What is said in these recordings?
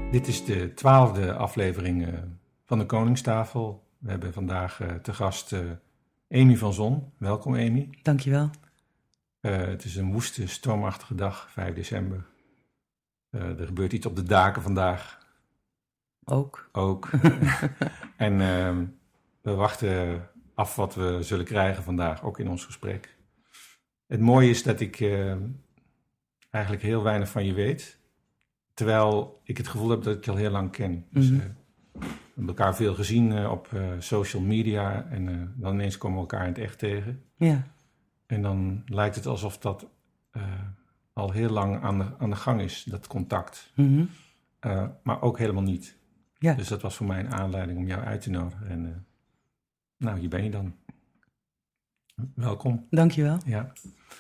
Dit is de 12e aflevering van de Koningstafel. We hebben vandaag te gast Amy van Zon. Welkom, Amy. Dankjewel. Het is een woeste, stormachtige dag, 5 december. Er gebeurt iets op de daken vandaag. Ook. En we wachten af wat we zullen krijgen vandaag, ook in ons gesprek. Het mooie is dat ik eigenlijk heel weinig van je weet. Terwijl ik het gevoel heb dat ik je al heel lang ken. Dus, we hebben elkaar veel gezien op social media. En dan ineens komen we elkaar in het echt tegen. Ja. En dan lijkt het alsof dat al heel lang aan de gang is, dat contact. Mm-hmm. Maar ook helemaal niet. Ja. Dus dat was voor mij een aanleiding om jou uit te nodigen. En nou, hier ben je dan. Welkom. Dankjewel. Ja.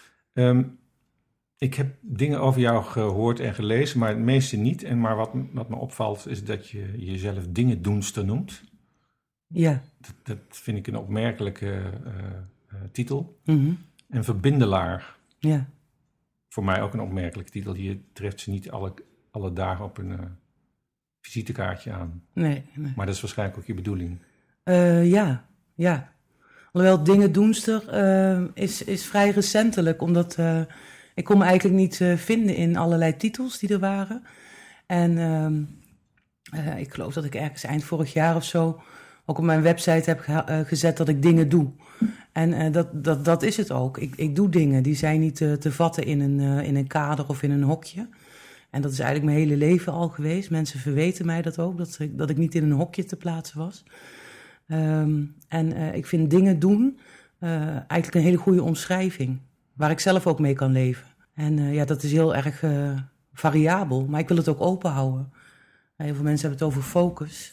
Ik heb dingen over jou gehoord en gelezen, maar het meeste niet. Maar wat me opvalt is dat je jezelf dingendoenster noemt. Ja. Dat vind ik een opmerkelijke titel. Mm-hmm. En verbindelaar. Ja. Voor mij ook een opmerkelijke titel. Je treft ze niet alle dagen op een visitekaartje aan. Nee. Maar dat is waarschijnlijk ook je bedoeling. Ja. Alhoewel dingendoenster is vrij recentelijk, omdat ik kon me eigenlijk niet vinden in allerlei titels die er waren. En ik geloof dat ik ergens eind vorig jaar of zo ook op mijn website heb gezet dat ik dingen doe. En dat is het ook. Ik doe dingen, die zijn niet te vatten in een kader of in een hokje. En dat is eigenlijk mijn hele leven al geweest. Mensen verweten mij dat ook, dat ik niet in een hokje te plaatsen was. Ik vind dingen doen eigenlijk een hele goede omschrijving, waar ik zelf ook mee kan leven. En dat is heel erg variabel, maar ik wil het ook open houden. Heel veel mensen hebben het over focus.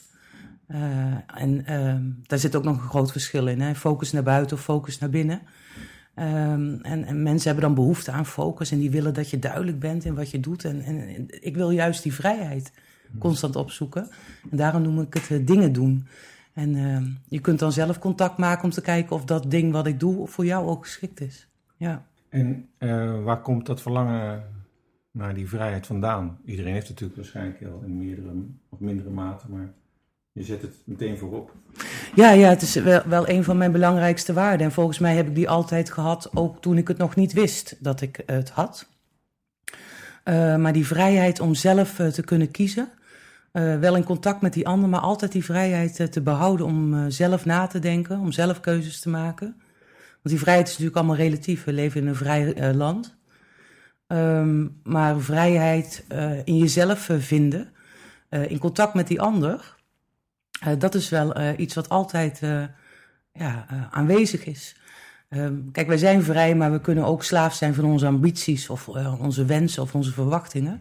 Daar zit ook nog een groot verschil in. Hè? Focus naar buiten of focus naar binnen. En mensen hebben dan behoefte aan focus en die willen dat je duidelijk bent in wat je doet. En ik wil juist die vrijheid constant opzoeken. En daarom noem ik het dingen doen. En je kunt dan zelf contact maken om te kijken of dat ding wat ik doe voor jou ook geschikt is. Ja. En waar komt dat verlangen naar die vrijheid vandaan? Iedereen heeft het natuurlijk waarschijnlijk wel in meerdere of mindere mate, maar je zet het meteen voorop. Ja, het is wel een van mijn belangrijkste waarden. En volgens mij heb ik die altijd gehad, ook toen ik het nog niet wist dat ik het had. Maar die vrijheid om zelf te kunnen kiezen. Wel in contact met die ander, maar altijd die vrijheid te behouden om zelf na te denken, om zelf keuzes te maken. Want die vrijheid is natuurlijk allemaal relatief. We leven in een vrij land. Maar vrijheid in jezelf vinden, in contact met die ander, dat is wel iets wat altijd aanwezig is. Kijk, wij zijn vrij, maar we kunnen ook slaaf zijn van onze ambities of onze wensen of onze verwachtingen.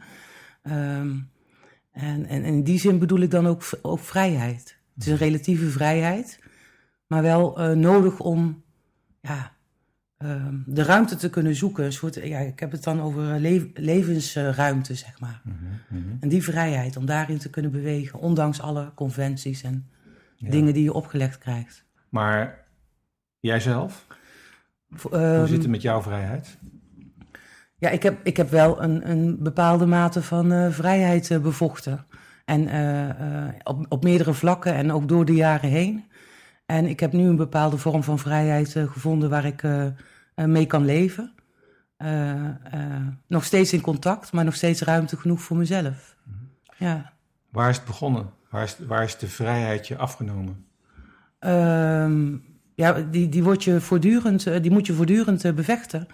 En in die zin bedoel ik dan ook vrijheid. Het is een relatieve vrijheid, maar wel nodig om de ruimte te kunnen zoeken. Een soort, ik heb het dan over levensruimte, zeg maar. Mm-hmm. En die vrijheid om daarin te kunnen bewegen, ondanks alle conventies en dingen die je opgelegd krijgt. Maar jijzelf? Hoe zit het met jouw vrijheid? Ja, ik heb wel een bepaalde mate van vrijheid bevochten. En op meerdere vlakken en ook door de jaren heen. En ik heb nu een bepaalde vorm van vrijheid gevonden waar ik mee kan leven. Nog steeds in contact, maar nog steeds ruimte genoeg voor mezelf. Ja. Waar is het begonnen? Waar is de vrijheid je afgenomen? Die moet je voortdurend bevechten.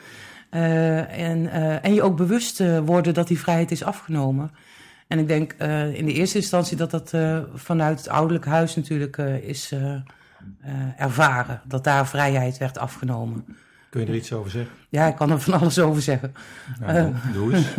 En je ook bewust worden dat die vrijheid is afgenomen. En ik denk in de eerste instantie dat vanuit het ouderlijk huis natuurlijk is ervaren. Dat daar vrijheid werd afgenomen. Kun je er iets over zeggen? Ja, ik kan er van alles over zeggen. Nou, doe eens.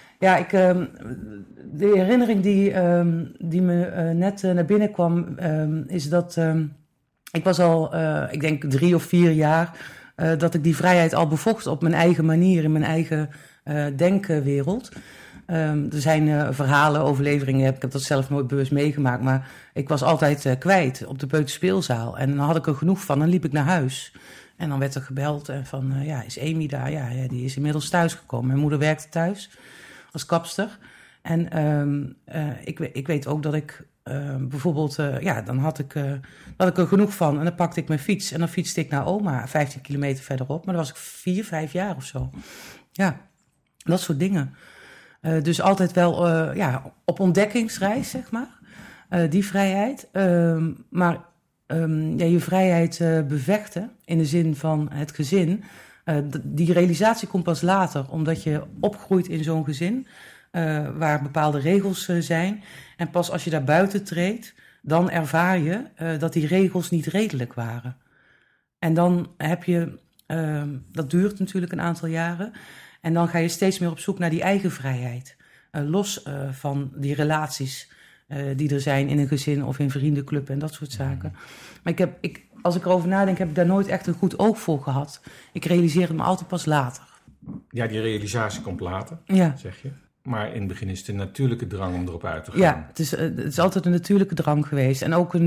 De herinnering die me net naar binnen kwam, is dat ik was al, ik denk 3 of 4 jaar, dat ik die vrijheid al bevocht op mijn eigen manier, in mijn eigen denkwereld. Er zijn verhalen, overleveringen, ik heb dat zelf nooit bewust meegemaakt, maar ik was altijd kwijt op de peuterspeelzaal. En dan had ik er genoeg van, dan liep ik naar huis. En dan werd er gebeld en van, is Amy daar? Ja, die is inmiddels thuisgekomen. Mijn moeder werkte thuis als kapster. En ik weet ook dat ik bijvoorbeeld, dan had ik er genoeg van. En dan pakte ik mijn fiets en dan fietste ik naar oma, 15 kilometer verderop. Maar dan was ik 4, 5 jaar of zo. Ja, dat soort dingen. Dus altijd wel op ontdekkingsreis, zeg maar. Die vrijheid. Maar je vrijheid bevechten in de zin van het gezin. Die realisatie komt pas later, omdat je opgroeit in zo'n gezin waar bepaalde regels zijn. En pas als je daar buiten treedt, dan ervaar je dat die regels niet redelijk waren. En dan heb je, dat duurt natuurlijk een aantal jaren, en dan ga je steeds meer op zoek naar die eigen vrijheid. Los van die relaties die er zijn in een gezin of in vriendenclub en dat soort zaken. Maar als ik erover nadenk, heb ik daar nooit echt een goed oog voor gehad. Ik realiseer het me altijd pas later. Ja, die realisatie komt later, zeg je. Maar in het begin is het een natuurlijke drang om erop uit te gaan. Ja, het is altijd een natuurlijke drang geweest. En ook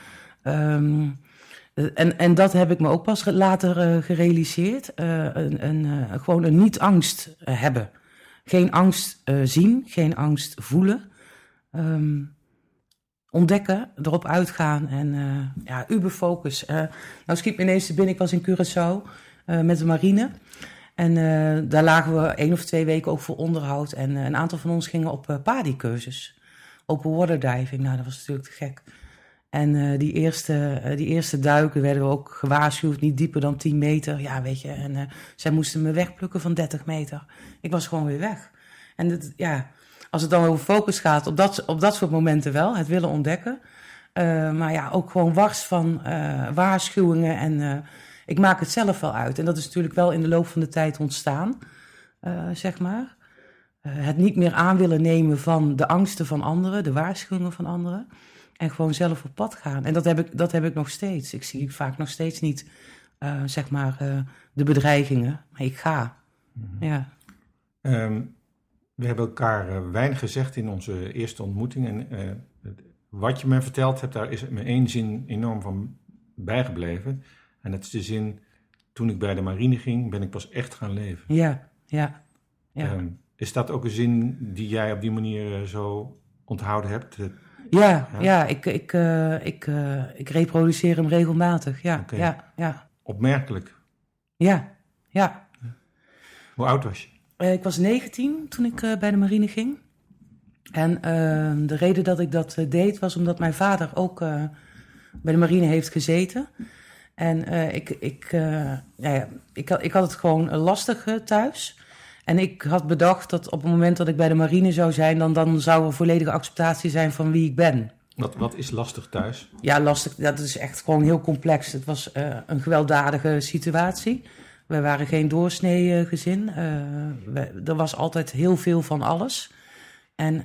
en dat heb ik me ook pas later gerealiseerd. Gewoon een niet-angst hebben. Geen angst zien, geen angst voelen. Ontdekken, erop uitgaan en uberfocus. Nou schiet me ineens binnen, ik was in Curaçao met de marine. En daar lagen we 1 of 2 weken ook voor onderhoud. En een aantal van ons gingen op PADI-cursus. Open water diving, nou dat was natuurlijk te gek. En die eerste duiken werden we ook gewaarschuwd, niet dieper dan 10 meter. Ja, weet je, en zij moesten me wegplukken van 30 meter. Ik was gewoon weer weg. En als het dan over focus gaat, op dat soort momenten wel, het willen ontdekken. Maar ja, ook gewoon wars van waarschuwingen en ik maak het zelf wel uit. En dat is natuurlijk wel in de loop van de tijd ontstaan, zeg maar. Het niet meer aan willen nemen van de angsten van anderen, de waarschuwingen van anderen. En gewoon zelf op pad gaan. En dat heb ik nog steeds. Ik zie vaak nog steeds niet, de bedreigingen. Maar ik ga. Mm-hmm. Ja. We hebben elkaar weinig gezegd in onze eerste ontmoeting. En wat je me verteld hebt, daar is me 1 zin enorm van bijgebleven. En dat is de zin, toen ik bij de marine ging, ben ik pas echt gaan leven. Ja. Is dat ook een zin die jij op die manier zo onthouden hebt? Ik reproduceer hem regelmatig. Ja, okay. Ja. Opmerkelijk. Ja. Hoe oud was je? Ik was 19 toen ik bij de marine ging. En de reden dat ik dat deed was omdat mijn vader ook bij de marine heeft gezeten. En ik had het gewoon lastig thuis. En ik had bedacht dat op het moment dat ik bij de marine zou zijn, dan zou er volledige acceptatie zijn van wie ik ben. Wat is lastig thuis? Ja, lastig, dat is echt gewoon heel complex. Het was een gewelddadige situatie. We waren geen doorsnee gezin. Er was altijd heel veel van alles. En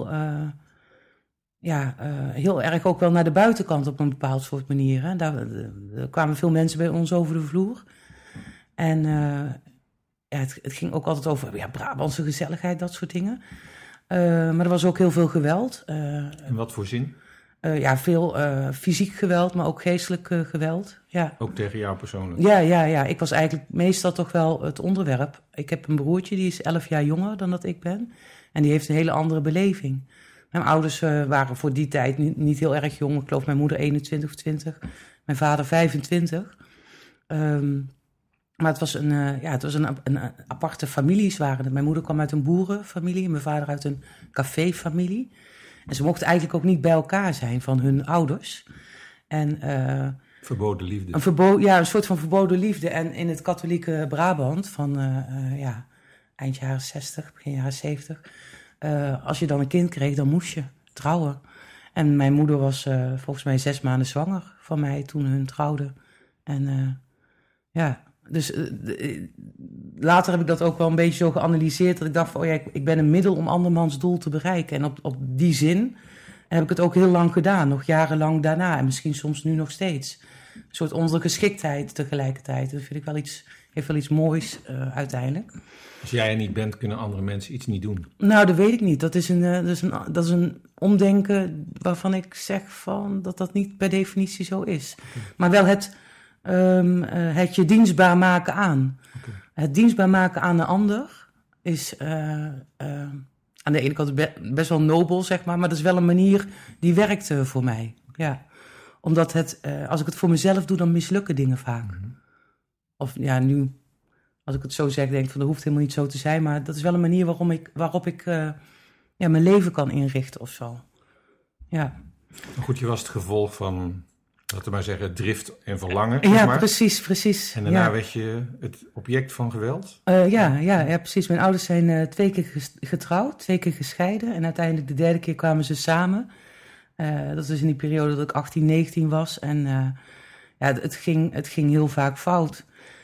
heel erg ook wel naar de buitenkant op een bepaald soort manier. Hè. Er kwamen veel mensen bij ons over de vloer. En het ging ook altijd over Brabantse gezelligheid, dat soort dingen. Maar er was ook heel veel geweld. In wat voor zin? Veel fysiek geweld, maar ook geestelijk geweld. Ja. Ook tegen jou persoonlijk? Ja. Ik was eigenlijk meestal toch wel het onderwerp. Ik heb een broertje, die is 11 jaar jonger dan dat ik ben. En die heeft een hele andere beleving. Mijn ouders waren voor die tijd niet heel erg jong. Ik geloof mijn moeder 21 of 20. Mijn vader 25. Maar het was een aparte families waren het. Mijn moeder kwam uit een boerenfamilie. Mijn vader uit een caféfamilie. En ze mochten eigenlijk ook niet bij elkaar zijn van hun ouders. En verboden liefde. Een soort van verboden liefde. En in het katholieke Brabant van eind jaren 60, begin jaren 70... als je dan een kind kreeg, dan moest je trouwen. En mijn moeder was volgens mij 6 maanden zwanger van mij toen hun trouwden. En dus later heb ik dat ook wel een beetje zo geanalyseerd, dat ik dacht van, ik ben een middel om andermans doel te bereiken. En op die zin heb ik het ook heel lang gedaan, nog jarenlang daarna. En misschien soms nu nog steeds. Een soort ondergeschiktheid tegelijkertijd. Dat vind ik heeft wel iets moois uiteindelijk. Als jij er niet bent, kunnen andere mensen iets niet doen? Nou, dat weet ik niet. Dat is een omdenken waarvan ik zeg van dat niet per definitie zo is. Okay. Maar wel het je dienstbaar maken aan. Okay. Het dienstbaar maken aan een ander is aan de ene kant best wel nobel, zeg maar dat is wel een manier die werkte voor mij. Ja. Omdat als ik het voor mezelf doe, dan mislukken dingen vaak. Mm-hmm. Of ja, nu, als ik het zo zeg, denk ik van dat hoeft helemaal niet zo te zijn, maar dat is wel een manier waarop ik mijn leven kan inrichten of zo. Ja. Goed, je was het gevolg van, laten we maar zeggen, drift en verlangen. Ja, maar. precies. En daarna werd je het object van geweld? Ja, precies. Mijn ouders zijn 2 keer getrouwd, 2 keer gescheiden. En uiteindelijk de 3e keer kwamen ze samen. Dat was in die periode dat ik 18, 19 was. En het ging heel vaak fout.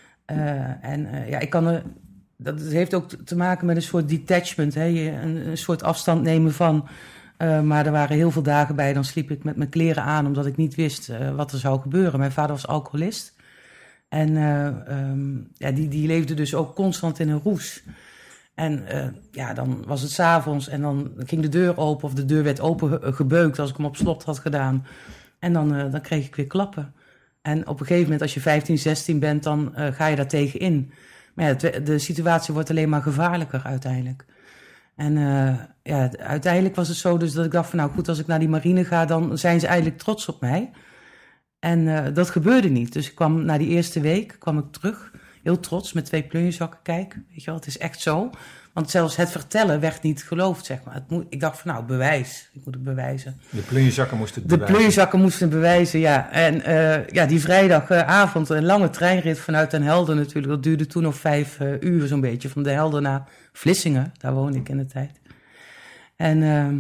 Dat heeft ook te maken met een soort detachment. Hè? Een soort afstand nemen van. Maar er waren heel veel dagen bij, dan sliep ik met mijn kleren aan, omdat ik niet wist wat er zou gebeuren. Mijn vader was alcoholist. En die leefde dus ook constant in een roes. En dan was het 's avonds en dan ging de deur open of de deur werd opengebeukt als ik hem op slot had gedaan. En dan kreeg ik weer klappen. En op een gegeven moment, als je 15, 16 bent, dan ga je daar tegen in. Maar ja, de situatie wordt alleen maar gevaarlijker uiteindelijk. En uiteindelijk was het zo dus dat ik dacht van nou goed, als ik naar die marine ga, dan zijn ze eigenlijk trots op mij. En dat gebeurde niet. Dus ik kwam na die eerste week terug, heel trots, met 2 plunjezakken. Kijk, weet je wel, het is echt zo. Want zelfs het vertellen werd niet geloofd, zeg maar. Ik dacht van nou, bewijs. Ik moet het bewijzen. De plunjezakken moesten het bewijzen. De plunjezakken moesten bewijzen, ja. En die vrijdagavond, een lange treinrit vanuit Den Helder natuurlijk. Dat duurde toen nog 5 uur zo'n beetje. Van Den Helder naar Vlissingen, daar woonde ik in de tijd. En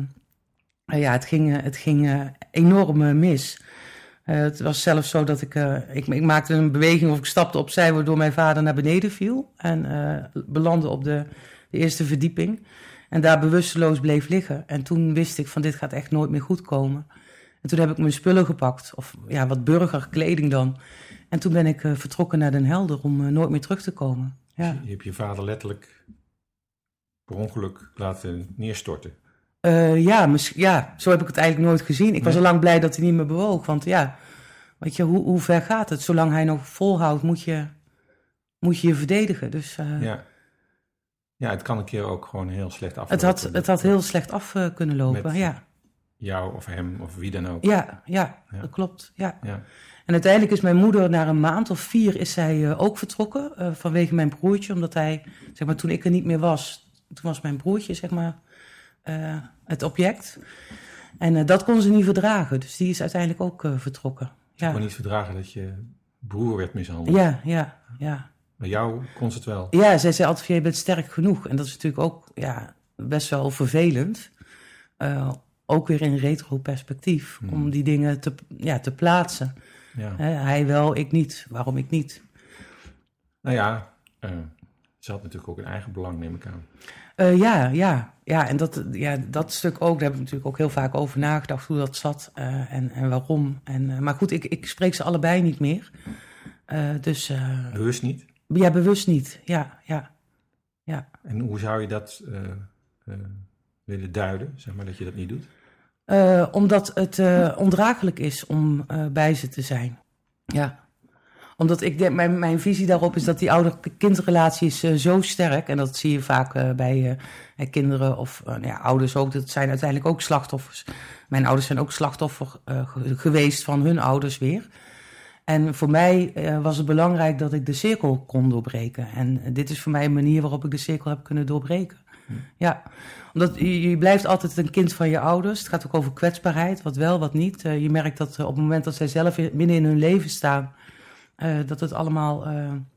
het ging enorm mis. Het was zelfs zo dat ik maakte een beweging of ik stapte opzij, waardoor mijn vader naar beneden viel. En belandde op de eerste verdieping. En daar bewusteloos bleef liggen. En toen wist ik van dit gaat echt nooit meer goed komen. En toen heb ik mijn spullen gepakt. Of ja, wat burgerkleding dan. En toen ben ik vertrokken naar Den Helder om nooit meer terug te komen. Ja. Je hebt je vader letterlijk per ongeluk laten neerstorten. Zo heb ik het eigenlijk nooit gezien. Ik was al lang blij dat hij niet meer bewoog. Want ja, weet je, hoe ver gaat het? Zolang hij nog volhoudt, moet je verdedigen. Dus, ja, het kan een keer ook gewoon heel slecht aflopen. Het had heel slecht af kunnen lopen, met ja. jou of hem of wie dan ook. Ja. Dat klopt, ja. En uiteindelijk is mijn moeder na een maand of 4 is zij ook vertrokken vanwege mijn broertje. Omdat hij, zeg maar, toen ik er niet meer was, toen was mijn broertje, zeg maar, het object. En dat kon ze niet verdragen, dus die is uiteindelijk ook vertrokken. Ze kon niet verdragen dat je broer werd mishandeld? Ja. Maar jou kon ze het wel? Ja, zij zei altijd, je bent sterk genoeg. En dat is natuurlijk ook best wel vervelend. Ook weer in retro-perspectief. Om die dingen te plaatsen. Ja. Hij wel, ik niet. Waarom ik niet? Nou ja, ze had natuurlijk ook een eigen belang, neem ik aan. Ja, en dat stuk ook, daar heb ik natuurlijk ook heel vaak over nagedacht. Hoe dat zat en waarom. Maar goed, ik spreek ze allebei niet meer. Bewust niet? Ja, bewust niet. Ja. En hoe zou je dat willen duiden, zeg maar, dat je dat niet doet? Omdat het ondraaglijk is om bij ze te zijn. Ja. Omdat ik denk, mijn visie daarop is dat die ouder-kindrelatie is zo sterk. En dat zie je vaak bij kinderen of ouders ook. Dat zijn uiteindelijk ook slachtoffers. Mijn ouders zijn ook slachtoffer geweest van hun ouders weer. En voor mij was het belangrijk dat ik de cirkel kon doorbreken. En dit is voor mij een manier waarop ik de cirkel heb kunnen doorbreken. Ja, omdat je blijft altijd een kind van je ouders. Het gaat ook over kwetsbaarheid, wat wel, wat niet. Je merkt dat op het moment dat zij zelf midden in hun leven staan, dat het allemaal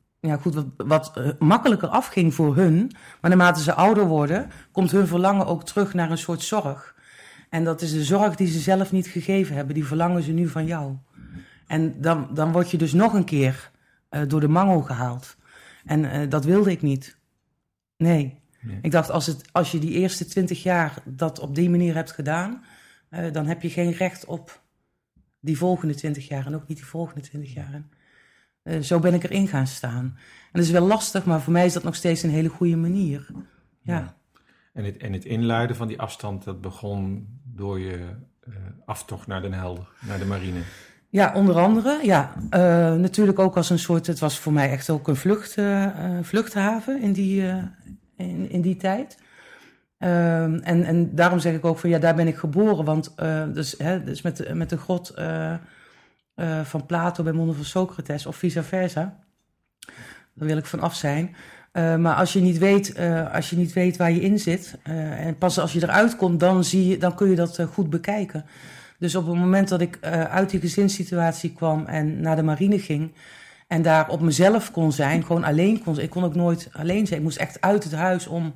wat makkelijker afging voor hun. Maar naarmate ze ouder worden, komt hun verlangen ook terug naar een soort zorg. En dat is de zorg die ze zelf niet gegeven hebben. Die verlangen ze nu van jou. En dan word je dus nog een keer door de mangel gehaald. En dat wilde ik niet. Nee. Ik dacht, als je die eerste 20 jaar dat op die manier hebt gedaan, dan heb je geen recht op die volgende 20 jaar en ook niet die volgende 20 jaar. Zo ben ik erin gaan staan. En dat is wel lastig, maar voor mij is dat nog steeds een hele goede manier. Ja. En het inluiden van die afstand, dat begon door je aftocht naar Den Helder, naar de marine. Ja, onder andere. Ja, natuurlijk ook als een soort, het was voor mij echt ook een vluchthaven in die tijd. En daarom zeg ik ook van, daar ben ik geboren. Want dus met de grot van Plato bij monden van Socrates of vice versa. Daar wil ik van af zijn. Maar als je niet weet waar je in zit, en pas als je eruit komt, dan kun je dat goed bekijken. Dus op het moment dat ik uit die gezinssituatie kwam en naar de marine ging en daar op mezelf kon zijn, gewoon alleen kon zijn. Ik kon ook nooit alleen zijn. Ik moest echt uit het huis om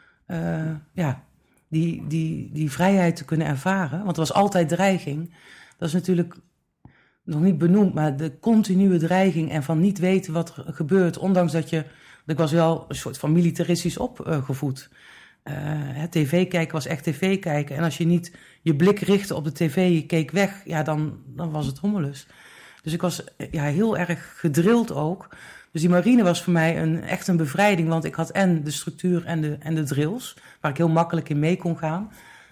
die vrijheid te kunnen ervaren. Want er was altijd dreiging. Dat is natuurlijk nog niet benoemd, maar de continue dreiging en van niet weten wat er gebeurt, ondanks dat ik was wel een soort van militaristisch opgevoed. TV kijken was echt tv kijken. En als je niet je blik richtte op de tv, je keek weg, dan was het rommelus. Dus ik was heel erg gedrild ook. Dus die marine was voor mij echt een bevrijding, want ik had en de structuur en de drills, waar ik heel makkelijk in mee kon gaan.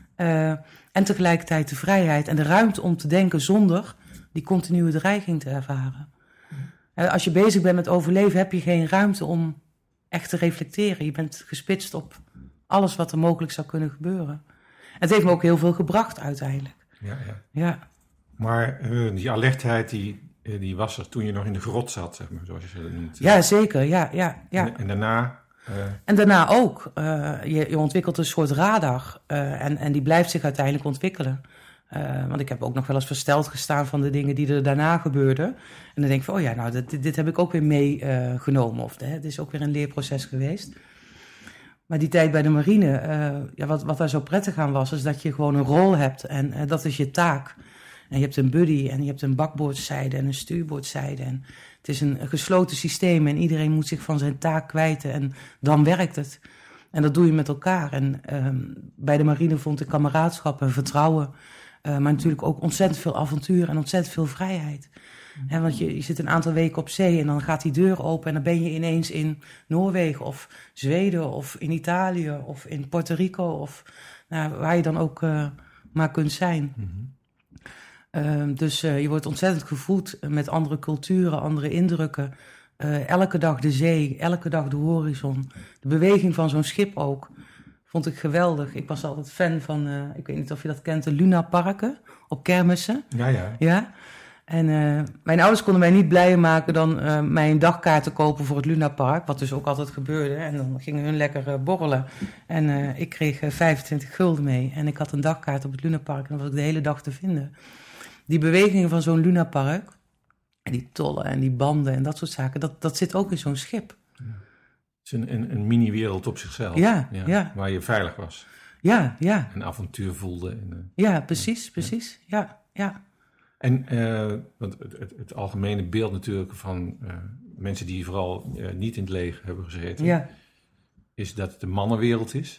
En tegelijkertijd de vrijheid en de ruimte om te denken zonder die continue dreiging te ervaren. Als je bezig bent met overleven, heb je geen ruimte om echt te reflecteren. Je bent gespitst op alles wat er mogelijk zou kunnen gebeuren. Het heeft me ook heel veel gebracht uiteindelijk. Ja. Maar die alertheid, die was er toen je nog in de grot zat, zeg maar, zoals je dat noemt. Ja, zeker. Ja. En daarna? En daarna ook. Je ontwikkelt een soort radar. En die blijft zich uiteindelijk ontwikkelen. Want ik heb ook nog wel eens versteld gestaan van de dingen die er daarna gebeurden. En dan denk ik van, dit heb ik ook weer meegenomen. Het is ook weer een leerproces geweest. Maar die tijd bij de marine, wat daar zo prettig aan was, is dat je gewoon een rol hebt. En dat is je taak. En je hebt een buddy en je hebt een bakboordzijde en een stuurboordzijde. En het is een gesloten systeem en iedereen moet zich van zijn taak kwijten. En dan werkt het. En dat doe je met elkaar. En bij de marine vond ik kameraadschap en vertrouwen. Maar natuurlijk ook ontzettend veel avontuur en ontzettend veel vrijheid. Want je zit een aantal weken op zee en dan gaat die deur open en dan ben je ineens in Noorwegen of Zweden of in Italië of in Puerto Rico of waar je dan ook maar kunt zijn. Dus je wordt ontzettend gevoed met andere culturen, andere indrukken. Elke dag de zee, elke dag de horizon. De beweging van zo'n schip ook. Vond ik geweldig. Ik was altijd fan van, ik weet niet of je dat kent, de lunaparken op kermissen. Ja. En mijn ouders konden mij niet blijer maken dan mij een dagkaart te kopen voor het lunapark. Wat dus ook altijd gebeurde. En dan gingen hun lekker borrelen. En ik kreeg 25 gulden mee. En ik had een dagkaart op het lunapark. En dan was ik de hele dag te vinden. Die bewegingen van zo'n lunapark. En die tollen en die banden en dat soort zaken. Dat zit ook in zo'n schip. Het is een mini-wereld op zichzelf. Ja. Waar je veilig was. Ja. En avontuur voelde. Precies. Ja. En want het algemene beeld natuurlijk van mensen die vooral niet in het leger hebben gezeten, is dat het de mannenwereld is.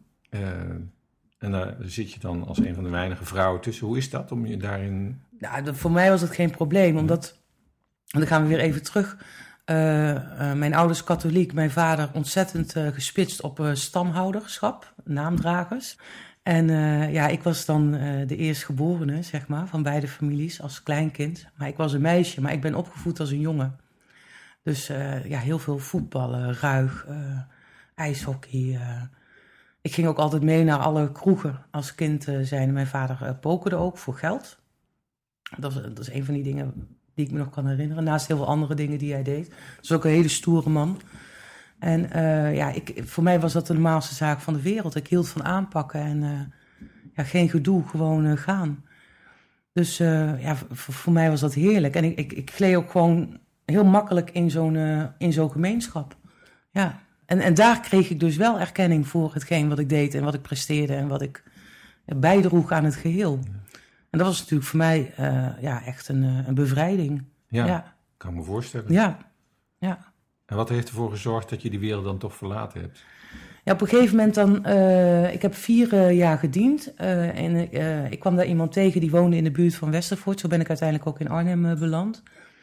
En daar zit je dan als een van de weinige vrouwen tussen. Hoe is dat om je daarin... Nou, voor mij was het geen probleem, omdat... En dan gaan we weer even terug. Mijn ouders katholiek, mijn vader ontzettend gespitst op stamhouderschap, naamdragers. En ik was dan de eerstgeborene, zeg maar, van beide families als kleinkind. Maar ik was een meisje, maar ik ben opgevoed als een jongen. Dus heel veel voetballen, ruig, ijshockey. Ik ging ook altijd mee naar alle kroegen als kind zijn. Mijn vader pokerde ook voor geld. Dat is een van die dingen die ik me nog kan herinneren. Naast heel veel andere dingen die hij deed. Dus ook een hele stoere man. En voor mij was dat de normaalste zaak van de wereld. Ik hield van aanpakken en geen gedoe, gewoon gaan. Dus voor mij was dat heerlijk. En ik gleed ook gewoon heel makkelijk in zo'n gemeenschap. Ja. En daar kreeg ik dus wel erkenning voor hetgeen wat ik deed en wat ik presteerde en wat ik bijdroeg aan het geheel. En dat was natuurlijk voor mij echt een bevrijding. Ja, kan me voorstellen. Ja. En wat heeft ervoor gezorgd dat je die wereld dan toch verlaten hebt? Ja, op een gegeven moment dan... ik heb 4 jaar gediend. En ik kwam daar iemand tegen die woonde in de buurt van Westervoort. Zo ben ik uiteindelijk ook in Arnhem beland.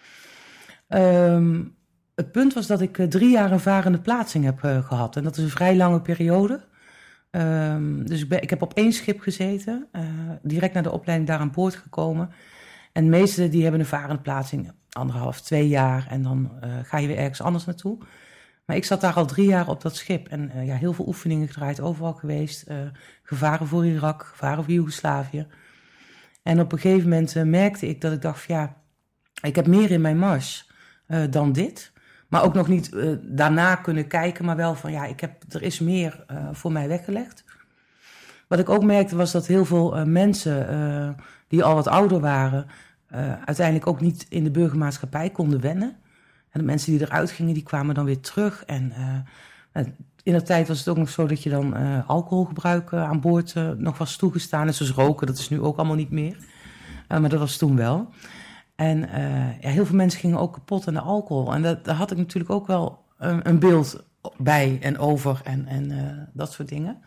Het punt was dat ik 3 jaar een varende plaatsing heb gehad. En dat is een vrij lange periode. Dus ik heb op 1 schip gezeten. Direct na de opleiding daar aan boord gekomen. En de meesten die hebben een varende plaatsing 1,5, 2 jaar. En dan ga je weer ergens anders naartoe. Maar ik zat daar al 3 jaar op dat schip. En heel veel oefeningen gedraaid, overal geweest. Gevaren voor Irak, gevaren voor Joegoslavië. En op een gegeven moment merkte ik dat ik dacht van ik heb meer in mijn mars dan dit. Maar ook nog niet daarna kunnen kijken, maar wel van er is meer voor mij weggelegd. Wat ik ook merkte was dat heel veel mensen die al wat ouder waren, uiteindelijk ook niet in de burgermaatschappij konden wennen. En de mensen die eruit gingen, die kwamen dan weer terug. En in de tijd was het ook nog zo dat je dan alcoholgebruik aan boord nog was toegestaan. En zoals roken, dat is nu ook allemaal niet meer. Maar dat was toen wel. En heel veel mensen gingen ook kapot aan de alcohol. En daar had ik natuurlijk ook wel een beeld bij en over en dat soort dingen.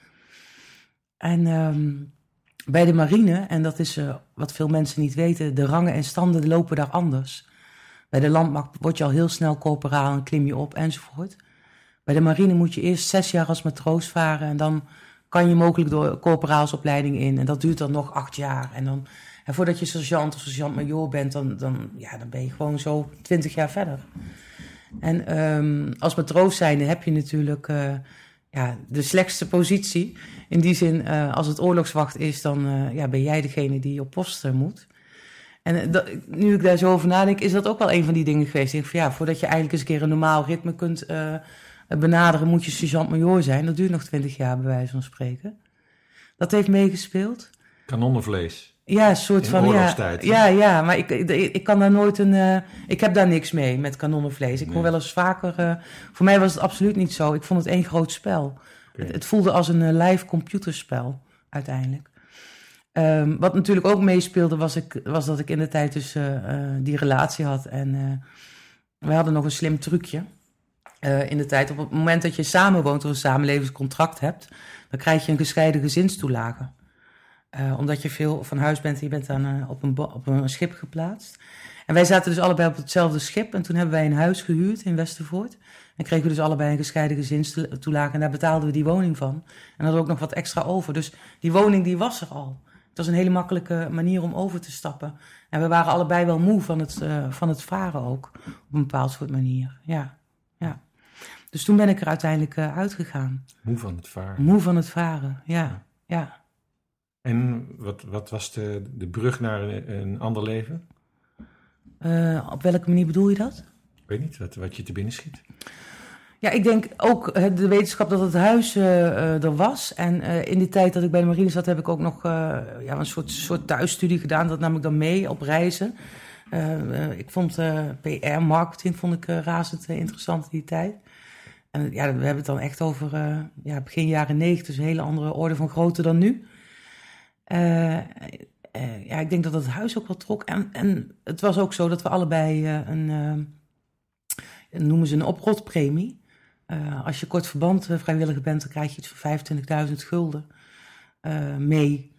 En bij de marine, en dat is wat veel mensen niet weten, de rangen en standen lopen daar anders. Bij de landmacht word je al heel snel corporaal en klim je op enzovoort. Bij de marine moet je eerst 6 jaar als matroos varen en dan kan je mogelijk door corporaalsopleiding in. En dat duurt dan nog 8 jaar. En voordat je sergeant of sergeant-majoor bent, dan ben je gewoon zo 20 jaar verder. En als matroos zijnde heb je natuurlijk de slechtste positie. In die zin, als het oorlogswacht is, dan ben jij degene die op post moet. En nu ik daar zo over nadenk, is dat ook wel een van die dingen geweest. Ik denk van voordat je eigenlijk eens een keer een normaal ritme kunt benaderen, moet je sergeant-majoor zijn. Dat duurt nog 20 jaar, bij wijze van spreken. Dat heeft meegespeeld. Kanonnenvlees. Ja, een soort in van oorlogstijd. Ja, maar ik kan daar nooit ik heb daar niks mee met kanonnenvlees. Ik hoor wel eens vaker. Voor mij was het absoluut niet zo. Ik vond het één groot spel. Okay. Het voelde als een live computerspel uiteindelijk. Wat natuurlijk ook meespeelde was dat ik in de tijd dus die relatie had. En we hadden nog een slim trucje. In de tijd, op het moment dat je samenwoont of een samenlevingscontract hebt, dan krijg je een gescheiden gezinstoelage. Omdat je veel van huis bent, je bent dan op een schip geplaatst. En wij zaten dus allebei op hetzelfde schip. En toen hebben wij een huis gehuurd in Westervoort. En kregen we dus allebei een gescheiden gezinstoelage. En daar betaalden we die woning van. En hadden we ook nog wat extra over. Dus die woning die was er al. Het was een hele makkelijke manier om over te stappen. En we waren allebei wel moe van het varen ook. Op een bepaald soort manier, ja. Dus toen ben ik er uiteindelijk uitgegaan. Moe van het varen? Moe van het varen, ja. En wat was de brug naar een ander leven? Op welke manier bedoel je dat? Ik weet niet, wat je te binnen schiet. Ja, ik denk ook de wetenschap dat het huis er was. En in die tijd dat ik bij de marine zat, heb ik ook nog een soort thuisstudie gedaan. Dat nam ik dan mee op reizen. Ik vond PR, marketing vond ik razend interessant in die tijd. En we hebben het dan echt over begin jaren 90, dus een hele andere orde van grootte dan nu. Ik denk dat het huis ook wel trok. En het was ook zo dat we allebei noemen ze een oprotpremie. Als je kort verband vrijwilliger bent, dan krijg je iets van 25.000 gulden mee.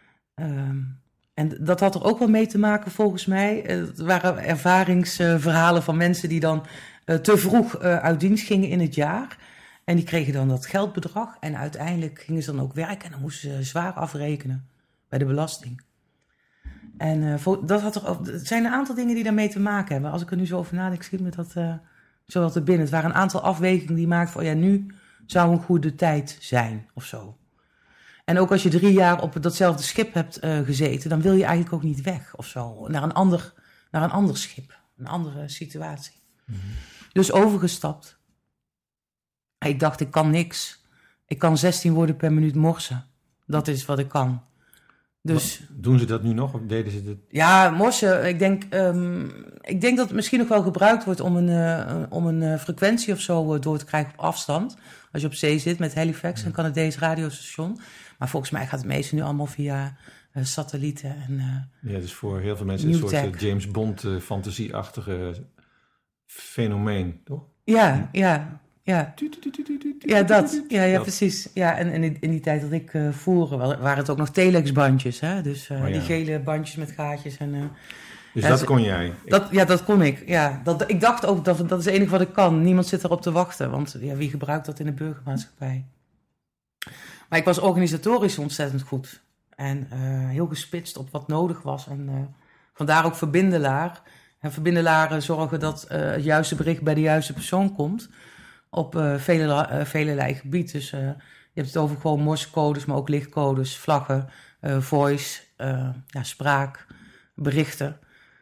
En dat had er ook wel mee te maken volgens mij. Het waren ervaringsverhalen van mensen die dan te vroeg uit dienst gingen in het jaar. En die kregen dan dat geldbedrag. En uiteindelijk gingen ze dan ook werken en dan moesten ze zwaar afrekenen bij de belasting. En het zijn een aantal dingen die daarmee te maken hebben. Als ik er nu zo over nadenk, schiet me dat zo wel te binnen. Het waren een aantal afwegingen die maakten van nu zou een goede tijd zijn of zo. En ook als je 3 jaar op datzelfde schip hebt gezeten, dan wil je eigenlijk ook niet weg of zo. Naar een ander schip, een andere situatie. Mm-hmm. Dus overgestapt. Ik dacht, ik kan niks. Ik kan 16 woorden per minuut morsen. Dat is wat ik kan. Dus, doen ze dat nu nog of deden ze dat? Ja, morsen. Ik denk dat het misschien nog wel gebruikt wordt om een frequentie of zo door te krijgen op afstand. Als je op zee zit met Halifax, een Canadees radiostation. Maar volgens mij gaat het meeste nu allemaal via satellieten. Dus voor heel veel mensen een soort James Bond fantasieachtige fenomeen, toch? Ja. Ja, dat. Ja, precies. Ja, en in die tijd dat ik voer, waren het ook nog telexbandjes. Hè? Dus die gele bandjes met gaatjes. Dus dat kon jij? Dat kon ik. Ja. Ik dacht ook, dat is het enige wat ik kan. Niemand zit erop te wachten. Want wie gebruikt dat in de burgermaatschappij? Maar ik was organisatorisch ontzettend goed. En heel gespitst op wat nodig was. En vandaar ook verbindelaar. En verbindelaren zorgen dat het juiste bericht bij de juiste persoon komt. op velelei gebied. Dus je hebt het over gewoon morsecodes, maar ook lichtcodes, vlaggen, voice, spraak, berichten.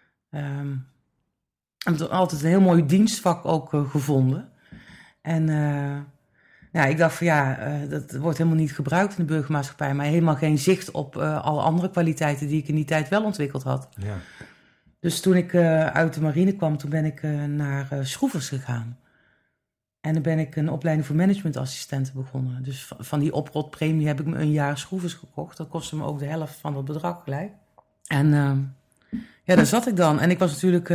Ik heb altijd een heel mooi dienstvak ook gevonden. En ik dacht van dat wordt helemaal niet gebruikt in de burgermaatschappij, maar helemaal geen zicht op alle andere kwaliteiten die ik in die tijd wel ontwikkeld had. Ja. Dus toen ik uit de marine kwam, toen ben ik naar Schroevers gegaan. En dan ben ik een opleiding voor managementassistenten begonnen. Dus van die oprotpremie heb ik me een jaar Schroevers gekocht. Dat kostte me ook de helft van dat bedrag gelijk. En daar zat ik dan. En ik was natuurlijk...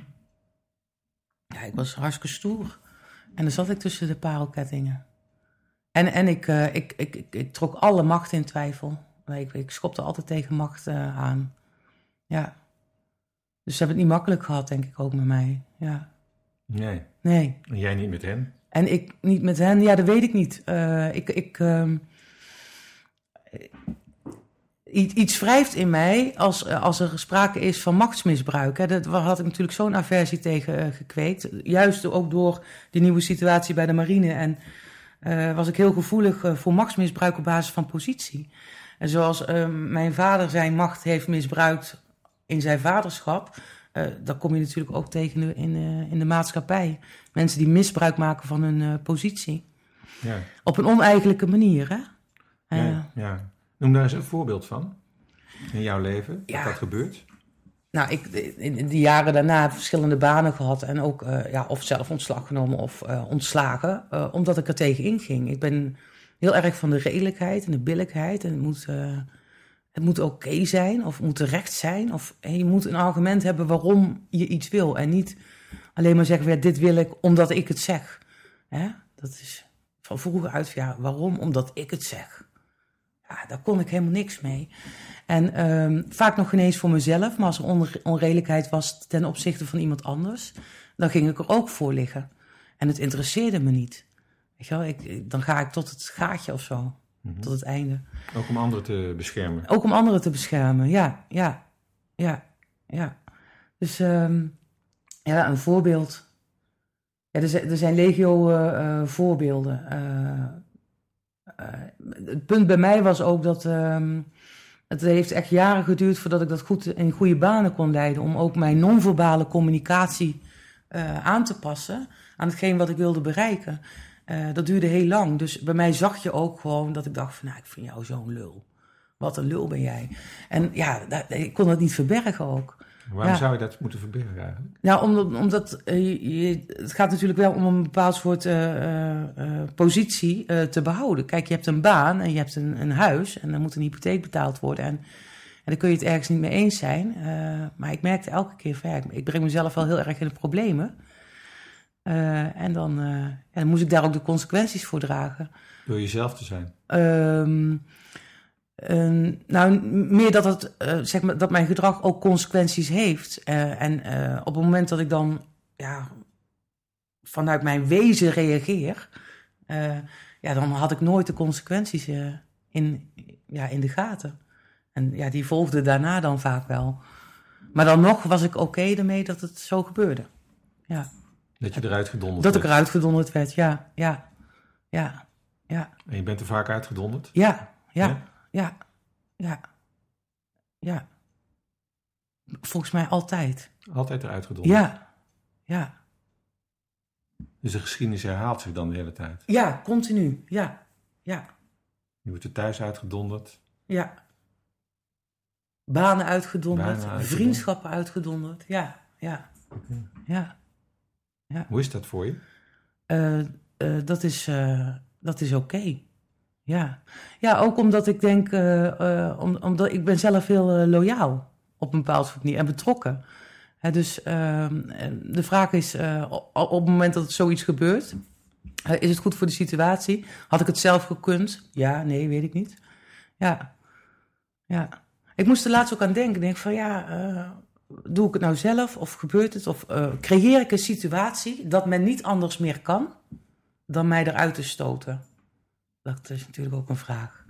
ik was hartstikke stoer. En dan zat ik tussen de parelkettingen. En ik trok alle macht in twijfel. Ik schopte altijd tegen macht aan. Ja. Dus ze hebben het niet makkelijk gehad, denk ik ook met mij. Ja. Nee. En jij niet met hen? En ik niet met hen, ja, dat weet ik niet. Iets wrijft in mij als er sprake is van machtsmisbruik. Hè. Daar had ik natuurlijk zo'n aversie tegen gekweekt. Juist ook door die nieuwe situatie bij de marine. En was ik heel gevoelig voor machtsmisbruik op basis van positie. En zoals mijn vader zijn macht heeft misbruikt in zijn vaderschap, dat kom je natuurlijk ook tegen in de maatschappij. Mensen die misbruik maken van hun positie. Ja. Op een oneigenlijke manier, hè? Ja. Noem daar eens een voorbeeld van. In jouw leven, dat dat gebeurt. Nou, ik in de jaren daarna verschillende banen gehad. En ook of zelf ontslag genomen of ontslagen. Omdat ik er tegen inging. Ik ben heel erg van de redelijkheid en de billijkheid. En het moet oké zijn of het moet terecht zijn. Of je moet een argument hebben waarom je iets wil. En niet alleen maar zeggen, dit wil ik omdat ik het zeg. Hè? Dat is van vroeger uit, waarom? Omdat ik het zeg. Ja, daar kon ik helemaal niks mee. En vaak nog geen eens voor mezelf. Maar als er onredelijkheid was ten opzichte van iemand anders, dan ging ik er ook voor liggen. En het interesseerde me niet. Weet je wel, dan ga ik tot het gaatje of zo. Mm-hmm. Tot het einde. Ook om anderen te beschermen? Ook om anderen te beschermen, ja. Dus een voorbeeld. Ja, er zijn legio voorbeelden. Het punt bij mij was ook dat het heeft echt jaren geduurd voordat ik dat goed in goede banen kon leiden. Om ook mijn non-verbale communicatie aan te passen aan hetgeen wat ik wilde bereiken. Dat duurde heel lang. Dus bij mij zag je ook gewoon dat ik dacht van, ik vind jou zo'n lul. Wat een lul ben jij. En ik kon het niet verbergen ook. Waarom zou je dat moeten verbergen eigenlijk? Nou, omdat het gaat natuurlijk wel om een bepaald soort positie te behouden. Kijk, je hebt een baan en je hebt een huis en dan moet een hypotheek betaald worden. En dan kun je het ergens niet mee eens zijn. Maar ik merkte elke keer van, ik breng mezelf wel heel erg in de problemen. En dan moest ik daar ook de consequenties voor dragen. Door jezelf te zijn? Meer dat het, dat mijn gedrag ook consequenties heeft. En op het moment dat ik dan vanuit mijn wezen reageer, dan had ik nooit de consequenties in de gaten. En die volgden daarna dan vaak wel. Maar dan nog was ik oké ermee dat het zo gebeurde. Ja. Dat je eruit gedonderd werd? Dat ik eruit gedonderd werd, ja. En je bent er vaak uitgedonderd? Ja. Volgens mij altijd. Altijd eruit gedonderd? Ja. Dus de geschiedenis herhaalt zich dan de hele tijd? Ja, continu, ja. Je wordt er thuis uitgedonderd? Ja. Banen uitgedonderd, vriendschappen uitgedonderd, ja. Okay. Ja. Hoe is dat voor je? Dat is oké. Ja, ook omdat ik denk, omdat ik ben zelf heel loyaal op een bepaald manier en betrokken. Dus de vraag is, op het moment dat het zoiets gebeurt, is het goed voor de situatie? Had ik het zelf gekund? Ja, nee, weet ik niet. Ja. Ik moest er laatst ook aan denken. Ik denk van doe ik het nou zelf of gebeurt het? Of creëer ik een situatie dat men niet anders meer kan dan mij eruit te stoten? Dat is natuurlijk ook een vraag.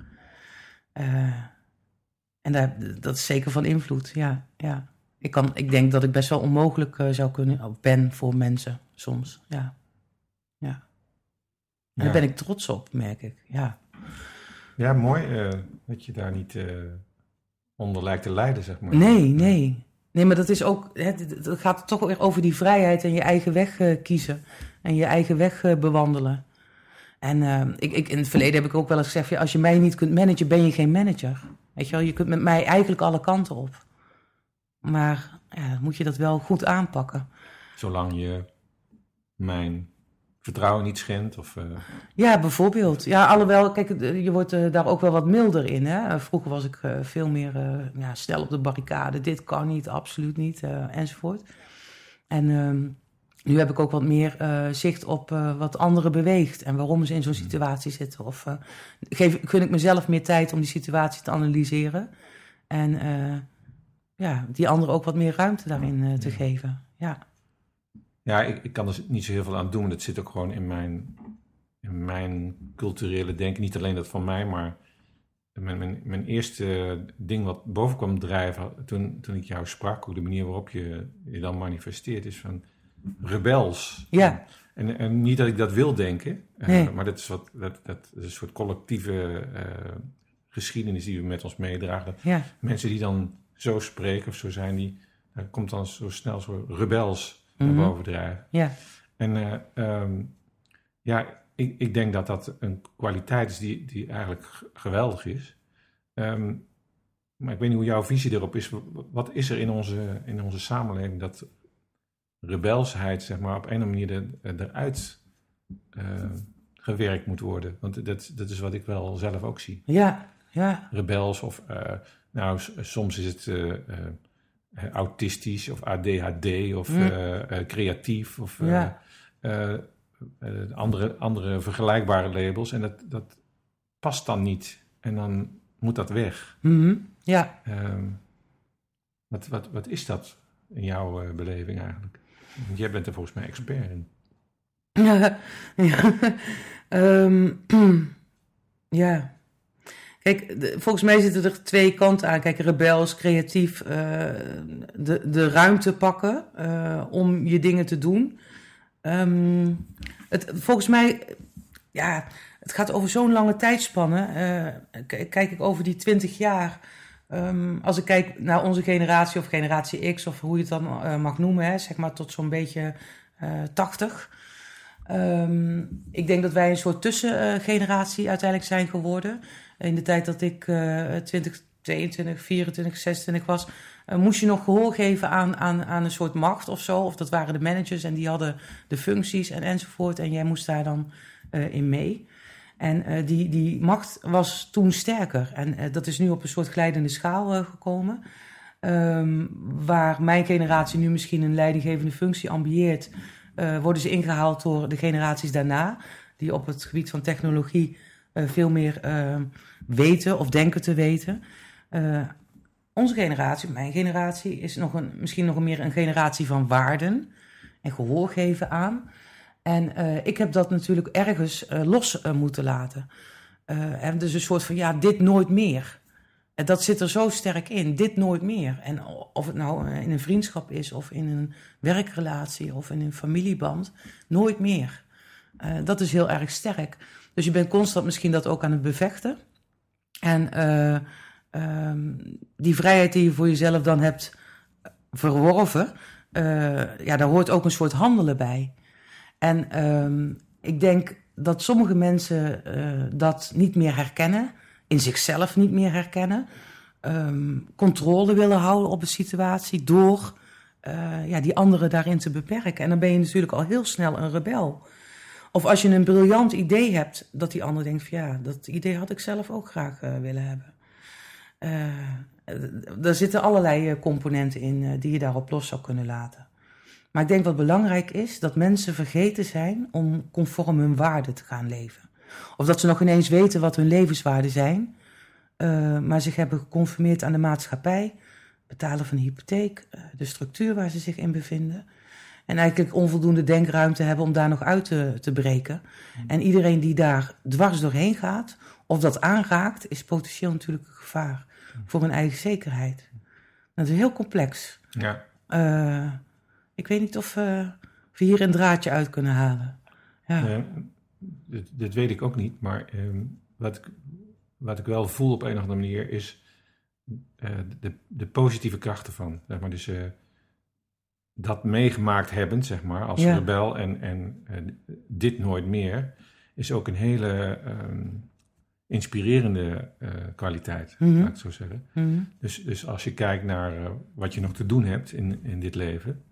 En dat is zeker van invloed, ja. Ik denk dat ik best wel onmogelijk zou kunnen, ben voor mensen soms, ja. En daar ben ik trots op, merk ik. Ja, mooi dat je daar niet onder lijkt te lijden, zeg maar. Nee, maar dat is ook... Het gaat toch weer over die vrijheid en je eigen weg kiezen. En je eigen weg bewandelen. En in het verleden heb ik ook wel eens gezegd... als je mij niet kunt managen, ben je geen manager. Weet je wel, je kunt met mij eigenlijk alle kanten op. Maar dan moet je dat wel goed aanpakken. Zolang je mijn vertrouwen niet schendt? Ja, bijvoorbeeld. Ja, alhoewel, kijk, je wordt daar ook wel wat milder in. Hè? Vroeger was ik veel meer snel op de barricade. Dit kan niet, absoluut niet, enzovoort. En nu heb ik ook wat meer zicht op wat anderen beweegt... en waarom ze in zo'n situatie zitten. Of gun ik mezelf meer tijd om die situatie te analyseren... en die anderen ook wat meer ruimte daarin te geven. Ja, ik kan er niet zo heel veel aan doen. Dat zit ook gewoon in mijn culturele denken. Niet alleen dat van mij, maar mijn eerste ding wat boven kwam drijven... toen ik jou sprak, hoe de manier waarop je dan manifesteert... is van rebels. Ja. En niet dat ik dat wil denken... Nee. maar dat is een soort collectieve geschiedenis die we met ons meedragen. Ja. Mensen die dan zo spreken of zo zijn... daar komt dan zo snel zo rebels... naar boven drijven. Ja. En ik denk dat dat een kwaliteit is die eigenlijk geweldig is. Maar ik weet niet hoe jouw visie erop is. Wat is er in onze samenleving dat rebelsheid, zeg maar, op een of andere manier eruit gewerkt moet worden? Want dat is wat ik wel zelf ook zie. Ja. Rebels of, soms is het... autistisch of ADHD of creatief of andere vergelijkbare labels. En dat past dan niet. En dan moet dat weg. Mm-hmm. Ja. Wat is dat in jouw beleving eigenlijk? Want jij bent er volgens mij expert in. Ja. Kijk, volgens mij zitten er twee kanten aan. Kijk, rebels, creatief, de ruimte pakken om je dingen te doen. Volgens mij, het gaat over zo'n lange tijdspanne. Kijk ik over die 20 jaar. Als ik kijk naar onze generatie of generatie X of hoe je het dan mag noemen, hè, zeg maar tot zo'n beetje 80. Ik denk dat wij een soort tussengeneratie uiteindelijk zijn geworden. In de tijd dat ik 20, 22, 24, 26 was, moest je nog gehoor geven aan een soort macht of zo. Of dat waren de managers en die hadden de functies enzovoort. En jij moest daar dan in mee. En die macht was toen sterker. En dat is nu op een soort glijdende schaal gekomen. Waar mijn generatie nu misschien een leidinggevende functie ambieert, worden ze ingehaald door de generaties daarna, die op het gebied van technologie veel meer weten of denken te weten. Onze generatie, mijn generatie, is misschien nog meer een generatie van waarden en gehoor geven aan. En ik heb dat natuurlijk ergens los moeten laten. En dus een soort van, dit nooit meer. En dat zit er zo sterk in, dit nooit meer. En of het nou in een vriendschap is, of in een werkrelatie, of in een familieband, nooit meer. Dat is heel erg sterk. Dus je bent constant misschien dat ook aan het bevechten. En die vrijheid die je voor jezelf dan hebt verworven, daar hoort ook een soort handelen bij. En ik denk dat sommige mensen dat niet meer herkennen, in zichzelf niet meer herkennen, controle willen houden op een situatie door die anderen daarin te beperken. En dan ben je natuurlijk al heel snel een rebel. Of als je een briljant idee hebt, dat die ander denkt van dat idee had ik zelf ook graag willen hebben. Er zitten allerlei componenten in die je daarop los zou kunnen laten. Maar ik denk wat belangrijk is, dat mensen vergeten zijn om conform hun waarden te gaan leven. Of dat ze nog ineens weten wat hun levenswaarden zijn, maar zich hebben geconformeerd aan de maatschappij, betalen van een hypotheek, de structuur waar ze zich in bevinden. En eigenlijk onvoldoende denkruimte hebben om daar nog uit te breken. En iedereen die daar dwars doorheen gaat, of dat aanraakt, is potentieel natuurlijk een gevaar voor hun eigen zekerheid. Dat is heel complex. Ja. Ik weet niet of we hier een draadje uit kunnen halen. Ja. dit weet ik ook niet, maar wat ik wel voel op een of andere manier is de positieve kracht ervan. Zeg maar. Dus dat meegemaakt hebben, zeg maar, als rebel en dit nooit meer, is ook een hele inspirerende kwaliteit, laat ik het zo zeggen. Mm-hmm. Dus als je kijkt naar wat je nog te doen hebt in dit leven,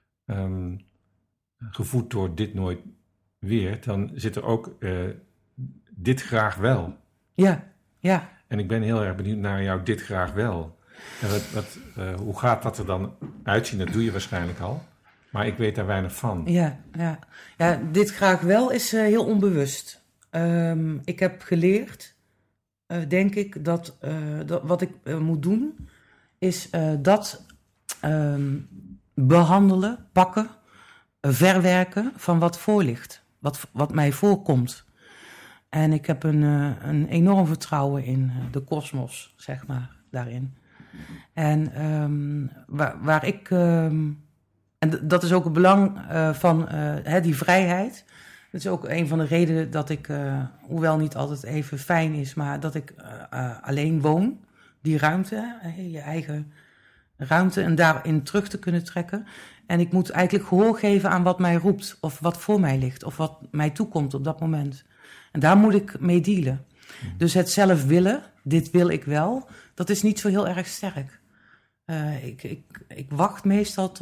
gevoed door dit nooit weer, dan zit er ook dit graag wel. Ja, ja. En ik ben heel erg benieuwd naar jou dit graag wel. En hoe gaat dat er dan uitzien? Dat doe je waarschijnlijk al. Maar ik weet daar weinig van. Ja, dit graag wel is heel onbewust. Ik heb geleerd, denk ik, dat wat ik moet doen, is dat behandelen, pakken, verwerken van wat voor ligt. Wat mij voorkomt. En ik heb een enorm vertrouwen in de kosmos, zeg maar, daarin. En waar ik... en dat is ook het belang van die vrijheid. Dat is ook een van de redenen dat ik, hoewel niet altijd even fijn is, maar dat ik alleen woon. Die ruimte, je eigen ruimte en daarin terug te kunnen trekken. En ik moet eigenlijk gehoor geven aan wat mij roept, of wat voor mij ligt, of wat mij toekomt op dat moment. En daar moet ik mee dealen. Dus het zelf willen, dit wil ik wel, dat is niet zo heel erg sterk. Ik wacht meestal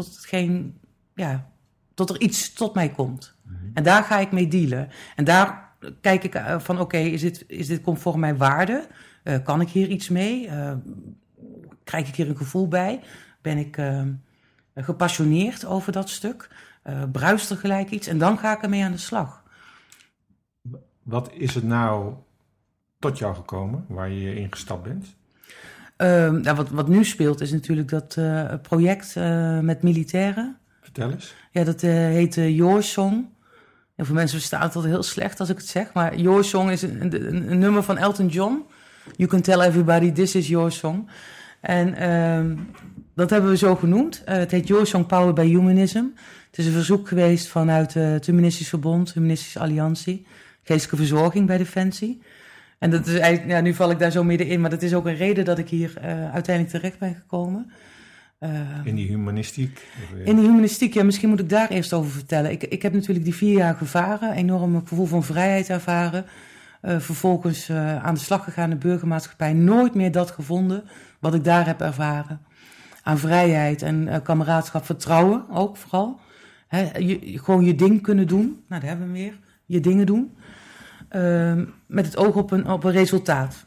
tot er iets tot mij komt. En daar ga ik mee dealen. En daar kijk ik van oké, is dit conform mijn waarde? Kan ik hier iets mee? Krijg ik hier een gevoel bij? Ben ik gepassioneerd over dat stuk? Bruist er gelijk iets? En dan ga ik ermee aan de slag. Wat is het nou tot jou gekomen, waar je in gestapt bent? Wat nu speelt is natuurlijk dat project met militairen. Vertel eens. Ja, dat heet Your Song. Heel veel mensen verstaan het altijd heel slecht als ik het zeg. Maar Your Song is een nummer van Elton John. You can tell everybody this is your song. En dat hebben we zo genoemd. Het heet Your Song Powered by Humanism. Het is een verzoek geweest vanuit het Humanistisch Verbond, Humanistische Alliantie. Geestelijke verzorging bij Defensie. En dat is eigenlijk, nu val ik daar zo middenin, maar dat is ook een reden dat ik hier uiteindelijk terecht ben gekomen. In die humanistiek? In die humanistiek, ja, misschien moet ik daar eerst over vertellen. Ik heb natuurlijk die 4 jaar gevaren, enorm gevoel van vrijheid ervaren. Vervolgens aan de slag gegaan in de burgermaatschappij. Nooit meer dat gevonden wat ik daar heb ervaren. Aan vrijheid en kameraadschap, vertrouwen ook vooral. Gewoon je ding kunnen doen. Nou, daar hebben we weer. Je dingen doen. Met het oog op een resultaat.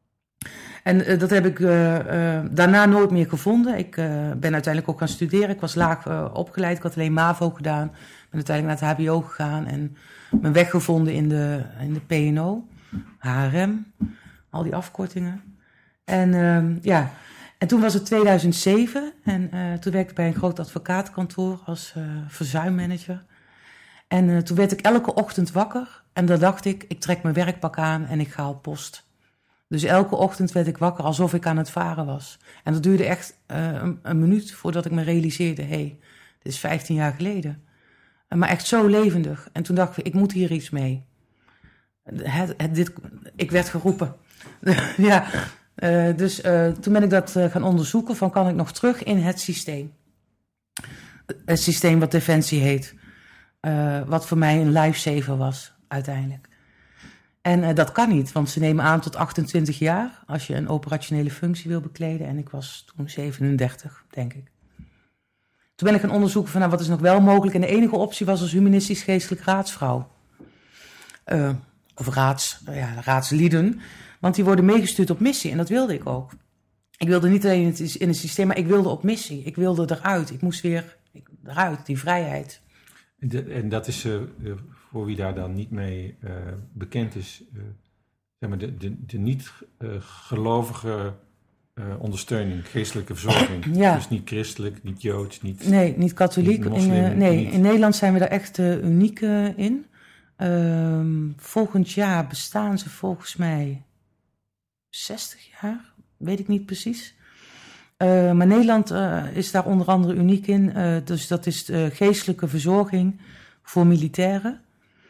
En dat heb ik daarna nooit meer gevonden. Ik ben uiteindelijk ook gaan studeren. Ik was laag opgeleid. Ik had alleen MAVO gedaan. Ben uiteindelijk naar het HBO gegaan. En mijn weg gevonden in de PNO. HRM. Al die afkortingen. En en toen was het 2007. En toen werkte ik bij een groot advocatenkantoor als verzuimmanager. En toen werd ik elke ochtend wakker. En dan dacht ik trek mijn werkpak aan en ik ga op post. Dus elke ochtend werd ik wakker alsof ik aan het varen was. En dat duurde echt een minuut voordat ik me realiseerde... dit is 15 jaar geleden. Maar echt zo levendig. En toen dacht ik moet hier iets mee. Ik werd geroepen. Ja, dus toen ben ik dat gaan onderzoeken... van kan ik nog terug in het systeem. Het systeem wat Defensie heet. Wat voor mij een lifesaver was, uiteindelijk. En dat kan niet, want ze nemen aan tot 28 jaar... als je een operationele functie wil bekleden. En ik was toen 37, denk ik. Toen ben ik gaan onderzoeken van wat is nog wel mogelijk. En de enige optie was als humanistisch-geestelijk raadsvrouw. Of raadslieden. Want die worden meegestuurd op missie en dat wilde ik ook. Ik wilde niet alleen in het systeem, maar ik wilde op missie. Ik wilde eruit. Ik moest weer eruit, die vrijheid. En dat is voor wie daar dan niet mee bekend is, zeg maar de niet-gelovige ondersteuning, geestelijke verzorging. Ja. Dus niet christelijk, niet joods, niet... Nee, niet katholiek. Niet moslim, in Nederland zijn we daar echt uniek in. Volgend jaar bestaan ze volgens mij 60 jaar, weet ik niet precies. Maar Nederland is daar onder andere uniek in. Dus dat is de geestelijke verzorging voor militairen.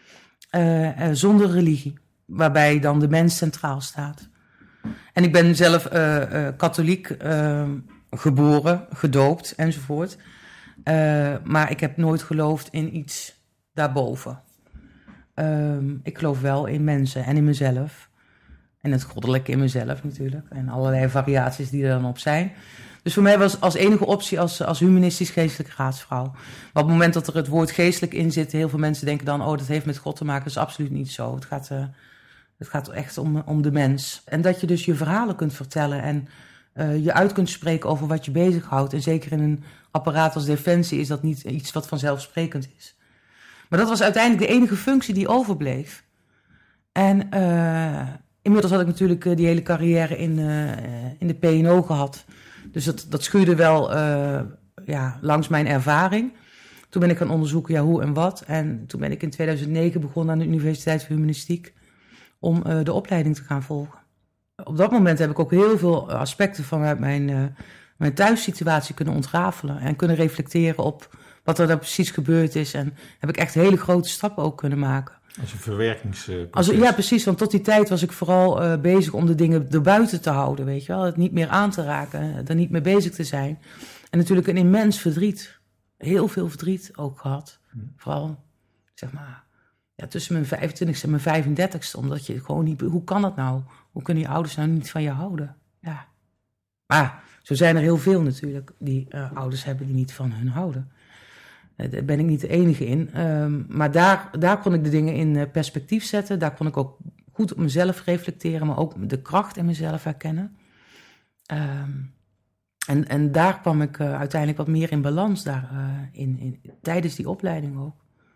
zonder religie. Waarbij dan de mens centraal staat. En ik ben zelf katholiek geboren, gedoopt enzovoort. Maar ik heb nooit geloofd in iets daarboven. Ik geloof wel in mensen en in mezelf. En het goddelijke in mezelf natuurlijk. En allerlei variaties die er dan op zijn. Dus voor mij was als enige optie als humanistisch-geestelijke raadsvrouw. Maar op het moment dat er het woord geestelijk in zit, heel veel mensen denken dan, dat heeft met God te maken. Dat is absoluut niet zo. Het gaat echt om de mens. En dat je dus je verhalen kunt vertellen en je uit kunt spreken over wat je bezighoudt. En zeker in een apparaat als Defensie is dat niet iets wat vanzelfsprekend is. Maar dat was uiteindelijk de enige functie die overbleef. En inmiddels had ik natuurlijk die hele carrière in de P&O gehad. Dus dat schuurde wel langs mijn ervaring. Toen ben ik gaan onderzoeken hoe en wat. En toen ben ik in 2009 begonnen aan de Universiteit voor Humanistiek om de opleiding te gaan volgen. Op dat moment heb ik ook heel veel aspecten vanuit mijn thuissituatie kunnen ontrafelen. En kunnen reflecteren op wat er precies gebeurd is. En heb ik echt hele grote stappen ook kunnen maken. Als een verwerkingsproces. Ja, precies. Want tot die tijd was ik vooral bezig om de dingen erbuiten te houden, weet je wel. Het niet meer aan te raken, er niet mee bezig te zijn. En natuurlijk een immens verdriet. Heel veel verdriet ook gehad. Vooral, zeg maar, tussen mijn 25ste en mijn 35ste. Omdat je gewoon niet... Hoe kan dat nou? Hoe kunnen je ouders nou niet van je houden? Ja. Maar zo zijn er heel veel natuurlijk die ouders hebben die niet van hun houden. Daar ben ik niet de enige in. Maar daar kon ik de dingen in perspectief zetten. Daar kon ik ook goed op mezelf reflecteren, maar ook de kracht in mezelf herkennen. En daar kwam ik uiteindelijk wat meer in balans tijdens die opleiding ook.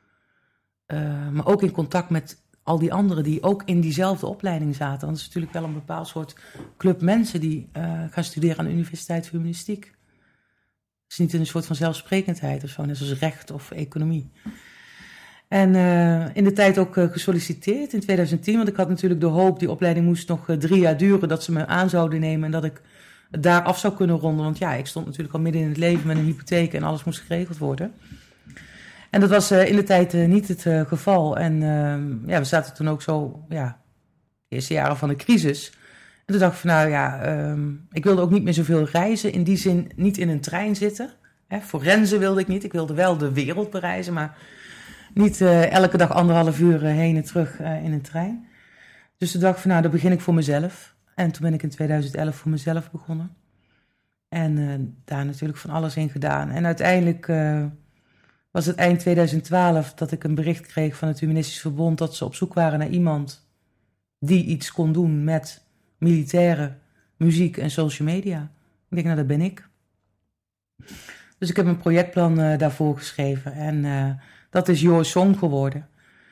Maar ook in contact met al die anderen die ook in diezelfde opleiding zaten. Want het is natuurlijk wel een bepaald soort club mensen die gaan studeren aan de Universiteit voor Humanistiek. Het is niet een soort van zelfsprekendheid of zo, net zoals recht of economie. En in de tijd ook gesolliciteerd in 2010, want ik had natuurlijk de hoop, die opleiding moest nog 3 jaar duren, dat ze me aan zouden nemen en dat ik daar af zou kunnen ronden. Want ja, ik stond natuurlijk al midden in het leven met een hypotheek en alles moest geregeld worden. En dat was in de tijd niet het geval. En we zaten toen ook zo, de eerste jaren van de crisis. En toen dacht ik van ik wilde ook niet meer zoveel reizen. In die zin niet in een trein zitten. Voor Renze wilde ik niet. Ik wilde wel de wereld bereizen, maar niet elke dag 1,5 uur heen en terug in een trein. Dus toen dacht ik van dan begin ik voor mezelf. En toen ben ik in 2011 voor mezelf begonnen. En daar natuurlijk van alles in gedaan. En uiteindelijk was het eind 2012 dat ik een bericht kreeg van het Humanistisch Verbond dat ze op zoek waren naar iemand die iets kon doen met militairen, muziek en social media. Ik denk, dat ben ik. Dus ik heb een projectplan daarvoor geschreven. En dat is Your Song geworden.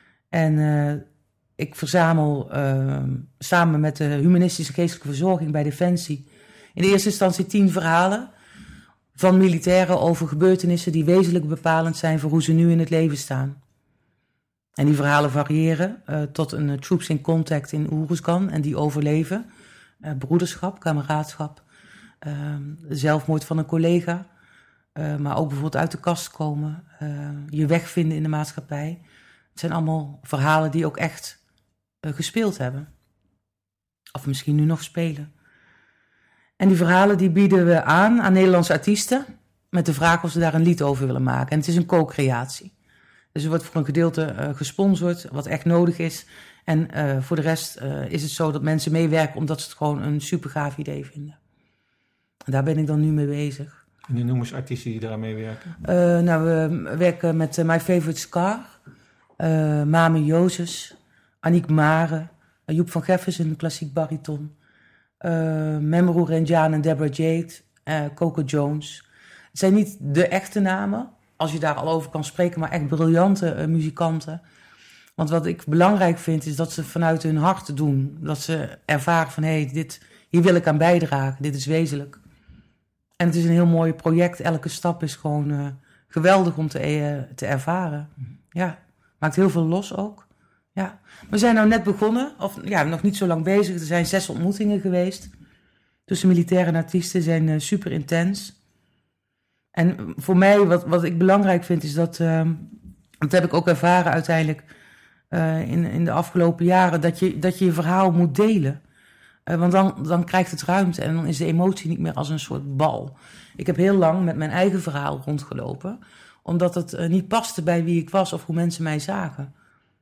En ik verzamel samen met de humanistische geestelijke verzorging bij Defensie in de eerste instantie 10 verhalen van militairen over gebeurtenissen die wezenlijk bepalend zijn voor hoe ze nu in het leven staan. En die verhalen variëren tot een Troops in Contact in Oeruzgan en die overleven. Broederschap, kameraadschap, zelfmoord van een collega, maar ook bijvoorbeeld uit de kast komen, je weg vinden in de maatschappij. Het zijn allemaal verhalen die ook echt gespeeld hebben. Of misschien nu nog spelen. En die verhalen die bieden we aan Nederlandse artiesten met de vraag of ze daar een lied over willen maken. En het is een co-creatie. Dus er wordt voor een gedeelte gesponsord, wat echt nodig is. En voor de rest is het zo dat mensen meewerken omdat ze het gewoon een super gaaf idee vinden. En daar ben ik dan nu mee bezig. En noem eens artiesten die daaraan meewerken. We werken met My Favorite Scar, Mame Jozes, Aniek Mare, Joep van Geffers, een klassiek bariton. Memrou Renjaan en Deborah Jade, Coco Jones. Het zijn niet de echte namen, als je daar al over kan spreken, maar echt briljante muzikanten. Want wat ik belangrijk vind, is dat ze vanuit hun hart doen. Dat ze ervaren van, hier wil ik aan bijdragen, dit is wezenlijk. En het is een heel mooi project. Elke stap is gewoon geweldig om te ervaren. Ja, maakt heel veel los ook. Ja, we zijn nou net begonnen, nog niet zo lang bezig. Er zijn 6 ontmoetingen geweest tussen militairen en artiesten, zijn super intens. En voor mij, wat ik belangrijk vind, is dat heb ik ook ervaren uiteindelijk, in de afgelopen jaren, dat je verhaal moet delen. Want dan krijgt het ruimte en dan is de emotie niet meer als een soort bal. Ik heb heel lang met mijn eigen verhaal rondgelopen, omdat het niet paste bij wie ik was of hoe mensen mij zagen.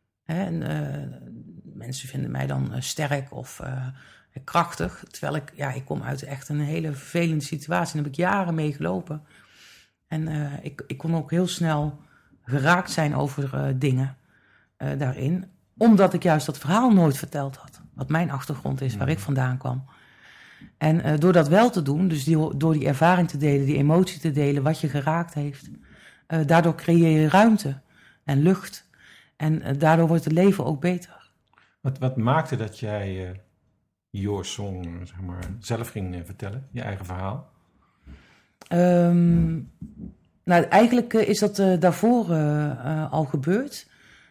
Mensen vinden mij dan sterk of krachtig, terwijl ik kom uit echt een hele vervelende situatie. Daar heb ik jaren mee gelopen. En ik kon ook heel snel geraakt zijn over dingen daarin, omdat ik juist dat verhaal nooit verteld had. Wat mijn achtergrond is, waar ik vandaan kwam. En door dat wel te doen, dus door die ervaring te delen, die emotie te delen, wat je geraakt heeft, daardoor creëer je ruimte en lucht. En daardoor wordt het leven ook beter. Wat maakte dat jij Your Song, zeg maar, zelf ging vertellen, je eigen verhaal? Nou, eigenlijk is dat daarvoor al gebeurd.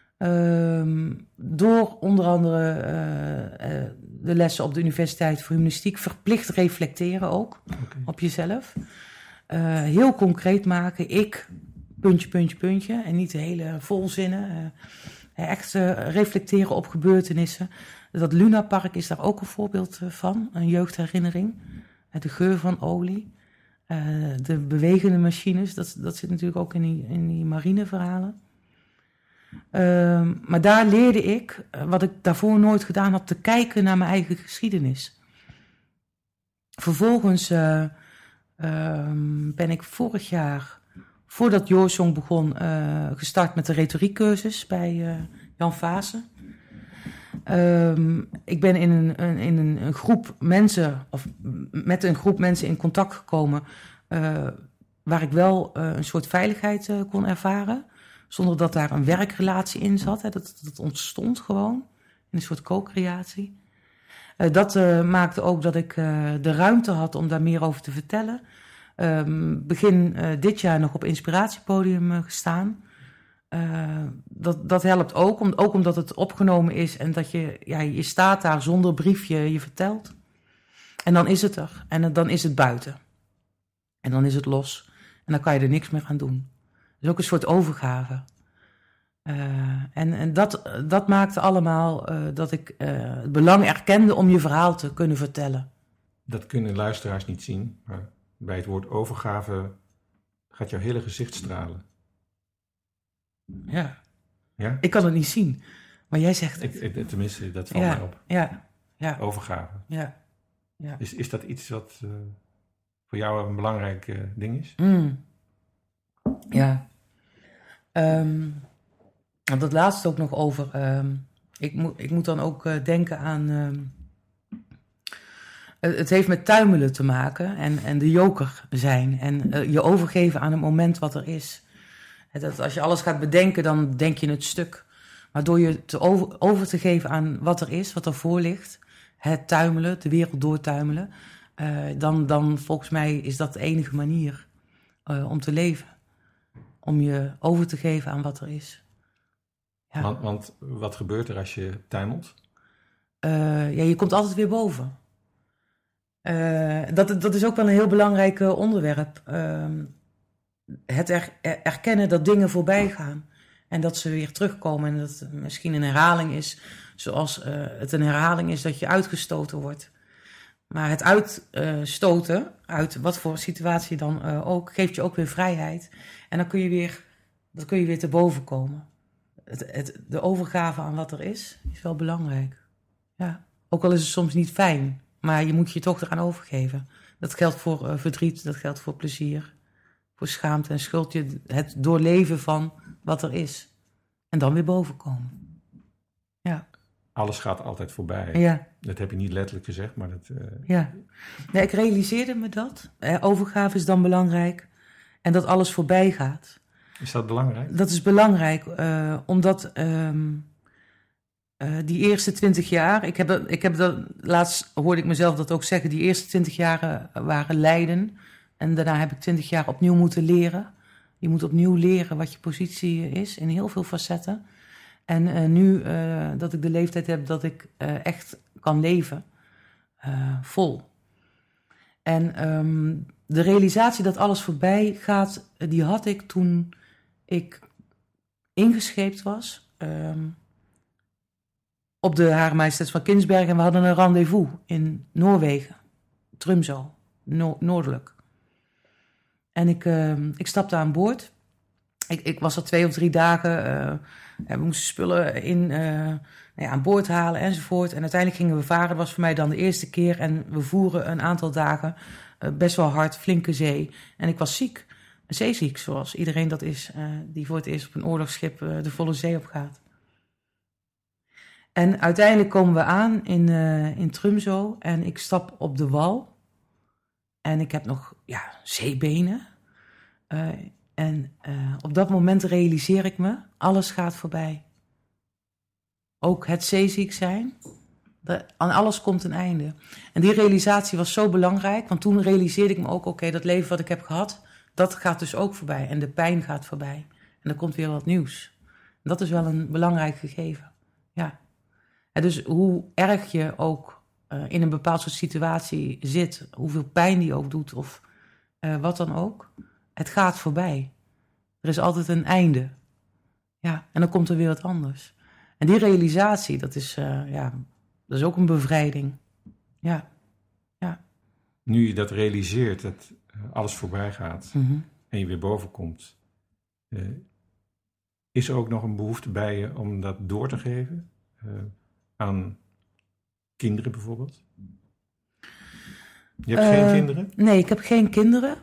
Door onder andere de lessen op de Universiteit voor Humanistiek verplicht reflecteren ook op jezelf. Heel concreet maken, ik, puntje, puntje, puntje. En niet de hele volzinnen. Echt reflecteren op gebeurtenissen. Dat Lunapark is daar ook een voorbeeld van, een jeugdherinnering. De geur van olie. De bewegende machines, dat zit natuurlijk ook in die marineverhalen. Maar daar leerde ik, wat ik daarvoor nooit gedaan had, te kijken naar mijn eigen geschiedenis. Vervolgens ben ik vorig jaar, voordat Your Song begon, gestart met de retoriekcursus bij Jan Vaassen. Ik ben in een groep mensen, of met een groep mensen in contact gekomen, waar ik wel een soort veiligheid kon ervaren, zonder dat daar een werkrelatie in zat. Hè. Dat ontstond gewoon, in een soort co-creatie. Dat maakte ook dat ik de ruimte had om daar meer over te vertellen. Begin dit jaar nog op Inspiratiepodium gestaan. Dat helpt ook omdat het opgenomen is en dat je staat daar zonder briefje, je vertelt. En dan is het er. En dan is het buiten. En dan is het los. En dan kan je er niks meer aan doen. Dus ook een soort overgave. En dat maakte allemaal dat ik het belang erkende om je verhaal te kunnen vertellen. Dat kunnen luisteraars niet zien, maar bij het woord overgave gaat jouw hele gezicht stralen. Ja. Ja? Ik kan het niet zien, maar jij zegt het. Tenminste, dat valt mij op. Ja. Overgave. Ja. Is dat iets wat voor jou een belangrijk ding is? Ja. Dat laatste ook nog over. Ik moet dan ook denken aan. Het heeft met tuimelen te maken en de joker zijn. En je overgeven aan het moment wat er is. Dat als je alles gaat bedenken, dan denk je het stuk. Maar door je over te geven aan wat er is, wat er voor ligt, het tuimelen, de wereld doortuimelen, dan volgens mij is dat de enige manier om te leven. Om je over te geven aan wat er is. Ja. Want wat gebeurt er als je tuimelt? Je komt altijd weer boven. Dat is ook wel een heel belangrijk onderwerp. Het erkennen dat dingen voorbij gaan. En dat ze weer terugkomen. En dat het misschien een herhaling is. Zoals het een herhaling is dat je uitgestoten wordt. Maar het uitstoten, uit wat voor situatie dan ook, geeft je ook weer vrijheid. En dan kun je weer te boven komen. De overgave aan wat er is wel belangrijk. Ja. Ook al is het soms niet fijn, maar je moet je toch eraan overgeven. Dat geldt voor verdriet, dat geldt voor plezier, voor schaamte en schuld. Het doorleven van wat er is. En dan weer boven komen. Ja. Alles gaat altijd voorbij. Ja. Dat heb je niet letterlijk gezegd, maar dat... Ja. Nee, ik realiseerde me dat. Overgave is dan belangrijk. En dat alles voorbij gaat. Is dat belangrijk? Dat is belangrijk, omdat die eerste 20 jaar... Ik heb dat, laatst hoorde ik mezelf dat ook zeggen. Die eerste 20 jaren waren lijden. En daarna heb ik 20 jaar opnieuw moeten leren. Je moet opnieuw leren wat je positie is in heel veel facetten. En nu dat ik de leeftijd heb dat ik echt kan leven, vol. En de realisatie dat alles voorbij gaat, die had ik toen ik ingescheept was op de Hare Majesteit van Kinsbergen en we hadden een rendezvous in Noorwegen. Tromsø, noordelijk. En ik stapte aan boord. Ik was er 2 of 3 dagen. En we moesten spullen aan boord halen enzovoort. En uiteindelijk gingen we varen. Dat was voor mij dan de eerste keer. En we voeren een aantal dagen best wel hard, flinke zee. En ik was ziek. Zeeziek, zoals iedereen dat is. Die voor het eerst op een oorlogsschip de volle zee op gaat. En uiteindelijk komen we aan in Tromsø. En ik stap op de wal. En ik heb nog zeebenen. En op dat moment realiseer ik me, alles gaat voorbij. Ook het zeeziek zijn. Aan alles komt een einde. En die realisatie was zo belangrijk, want toen realiseerde ik me ook, oké, dat leven wat ik heb gehad, dat gaat dus ook voorbij. En de pijn gaat voorbij. En er komt weer wat nieuws. En dat is wel een belangrijk gegeven. Ja. En dus hoe erg je ook in een bepaald soort situatie zit, hoeveel pijn die ook doet of wat dan ook, het gaat voorbij. Er is altijd een einde. Ja, en dan komt er weer wat anders. En die realisatie, dat is ook een bevrijding. Ja. Nu je dat realiseert, dat alles voorbij gaat en je weer boven komt, is er ook nog een behoefte bij je om dat door te geven aan kinderen bijvoorbeeld? Je hebt geen kinderen? Nee, ik heb geen kinderen.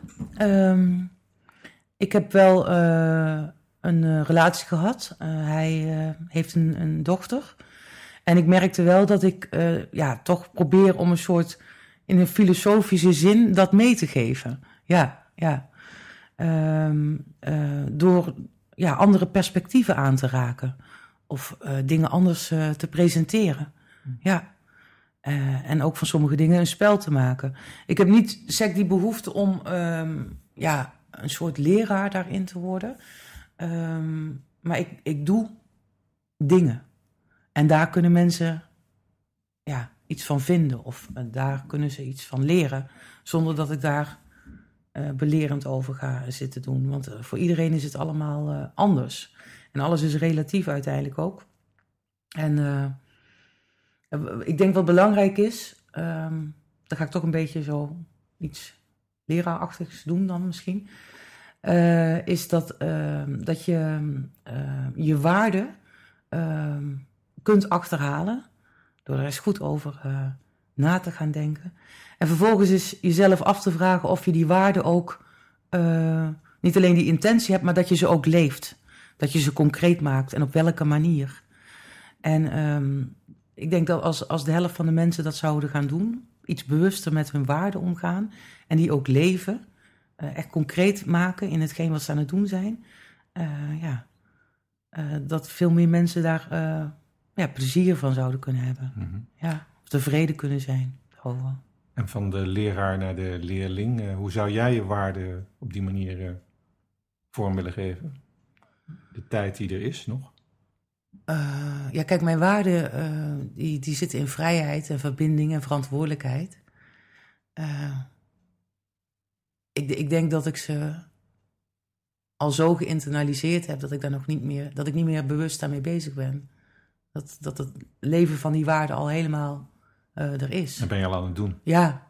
Ik heb wel een relatie gehad. Hij heeft een dochter. En ik merkte wel dat ik toch probeer om een soort, in een filosofische zin, dat mee te geven. Ja. Door andere perspectieven aan te raken. Of dingen anders te presenteren. Ja. En ook van sommige dingen een spel te maken. Ik heb niet die behoefte om een soort leraar daarin te worden. Maar ik doe dingen. En daar kunnen mensen iets van vinden. Of daar kunnen ze iets van leren. Zonder dat ik daar belerend over ga zitten doen. Want voor iedereen is het allemaal anders. En alles is relatief uiteindelijk ook. En ik denk wat belangrijk is, dan ga ik toch een beetje zo iets leraarachtigs doen dan misschien, is dat je je waarde kunt achterhalen door er eens goed over na te gaan denken. En vervolgens is jezelf af te vragen of je die waarde ook, niet alleen die intentie hebt, maar dat je ze ook leeft. Dat je ze concreet maakt en op welke manier. En ik denk dat als de helft van de mensen dat zouden gaan doen, iets bewuster met hun waarden omgaan en die ook leven, echt concreet maken in hetgeen wat ze aan het doen zijn, dat veel meer mensen daar plezier van zouden kunnen hebben. Mm-hmm. Ja, of tevreden kunnen zijn. Over. En van de leraar naar de leerling, hoe zou jij je waarden op die manier vorm willen geven? De tijd die er is nog? Kijk, mijn waarden die zitten in vrijheid en verbinding en verantwoordelijkheid. Ik denk dat ik ze al zo geïnternaliseerd heb dat ik daar niet meer bewust daarmee bezig ben. Dat het leven van die waarden al helemaal er is. Dat ben je al aan het doen. Ja.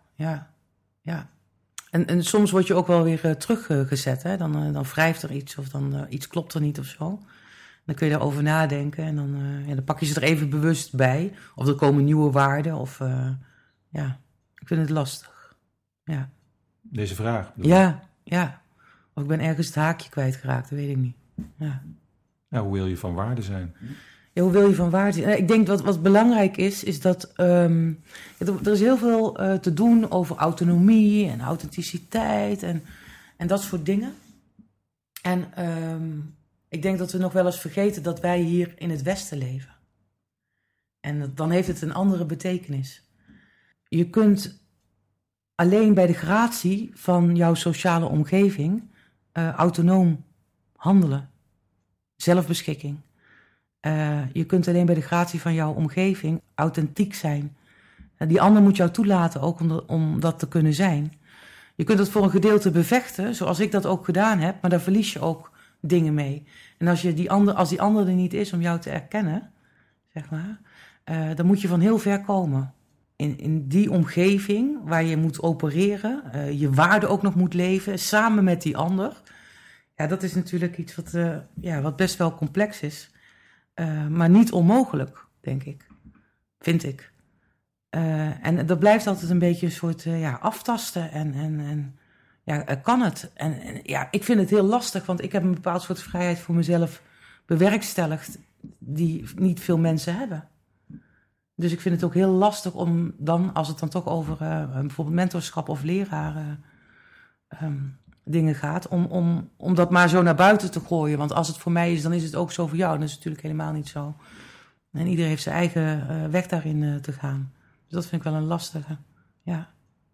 En soms word je ook wel weer teruggezet. Hè? Dan wrijft er iets of dan iets klopt er niet of zo. Dan kun je daarover nadenken en dan pak je ze er even bewust bij. Of er komen nieuwe waarden of ik vind het lastig. Ja. Deze vraag? Ja. Of ik ben ergens het haakje kwijtgeraakt, dat weet ik niet. Ja. Nou, hoe wil je van waarde zijn? Ja, hoe wil je van waarde zijn? Ik denk wat belangrijk is dat er is heel veel te doen over autonomie en authenticiteit en dat soort dingen. En ik denk dat we nog wel eens vergeten dat wij hier in het Westen leven. En dan heeft het een andere betekenis. Je kunt alleen bij de gratie van jouw sociale omgeving autonoom handelen. Zelfbeschikking. Je kunt alleen bij de gratie van jouw omgeving authentiek zijn. Die ander moet jou toelaten ook om dat te kunnen zijn. Je kunt het voor een gedeelte bevechten, zoals ik dat ook gedaan heb, maar daar verlies je ook dingen mee. En als die ander er niet is om jou te erkennen, zeg maar. Dan moet je van heel ver komen. In die omgeving waar je moet opereren, je waarde ook nog moet leven, samen met die ander. Ja, dat is natuurlijk iets wat best wel complex is. Maar niet onmogelijk, denk ik. Vind ik. En dat blijft altijd een beetje een soort aftasten. En kan het? En ik vind het heel lastig, want ik heb een bepaald soort vrijheid voor mezelf bewerkstelligd die niet veel mensen hebben. Dus ik vind het ook heel lastig om dan, als het dan toch over bijvoorbeeld mentorschap of leraren dingen gaat, om dat maar zo naar buiten te gooien. Want als het voor mij is, dan is het ook zo voor jou. Dat is natuurlijk helemaal niet zo. En iedereen heeft zijn eigen weg daarin te gaan. Dus dat vind ik wel een lastige. Ja.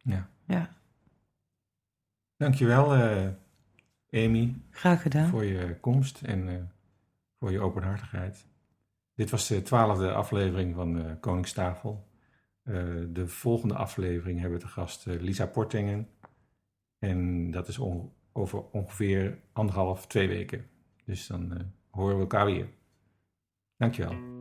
Dankjewel, Amy. Graag gedaan. Voor je komst en voor je openhartigheid. Dit was de 12e aflevering van Koningstafel. De volgende aflevering hebben we te gast Lisa Portingen. En dat is over ongeveer 1,5, 2 weken. Dus dan horen we elkaar weer. Dankjewel.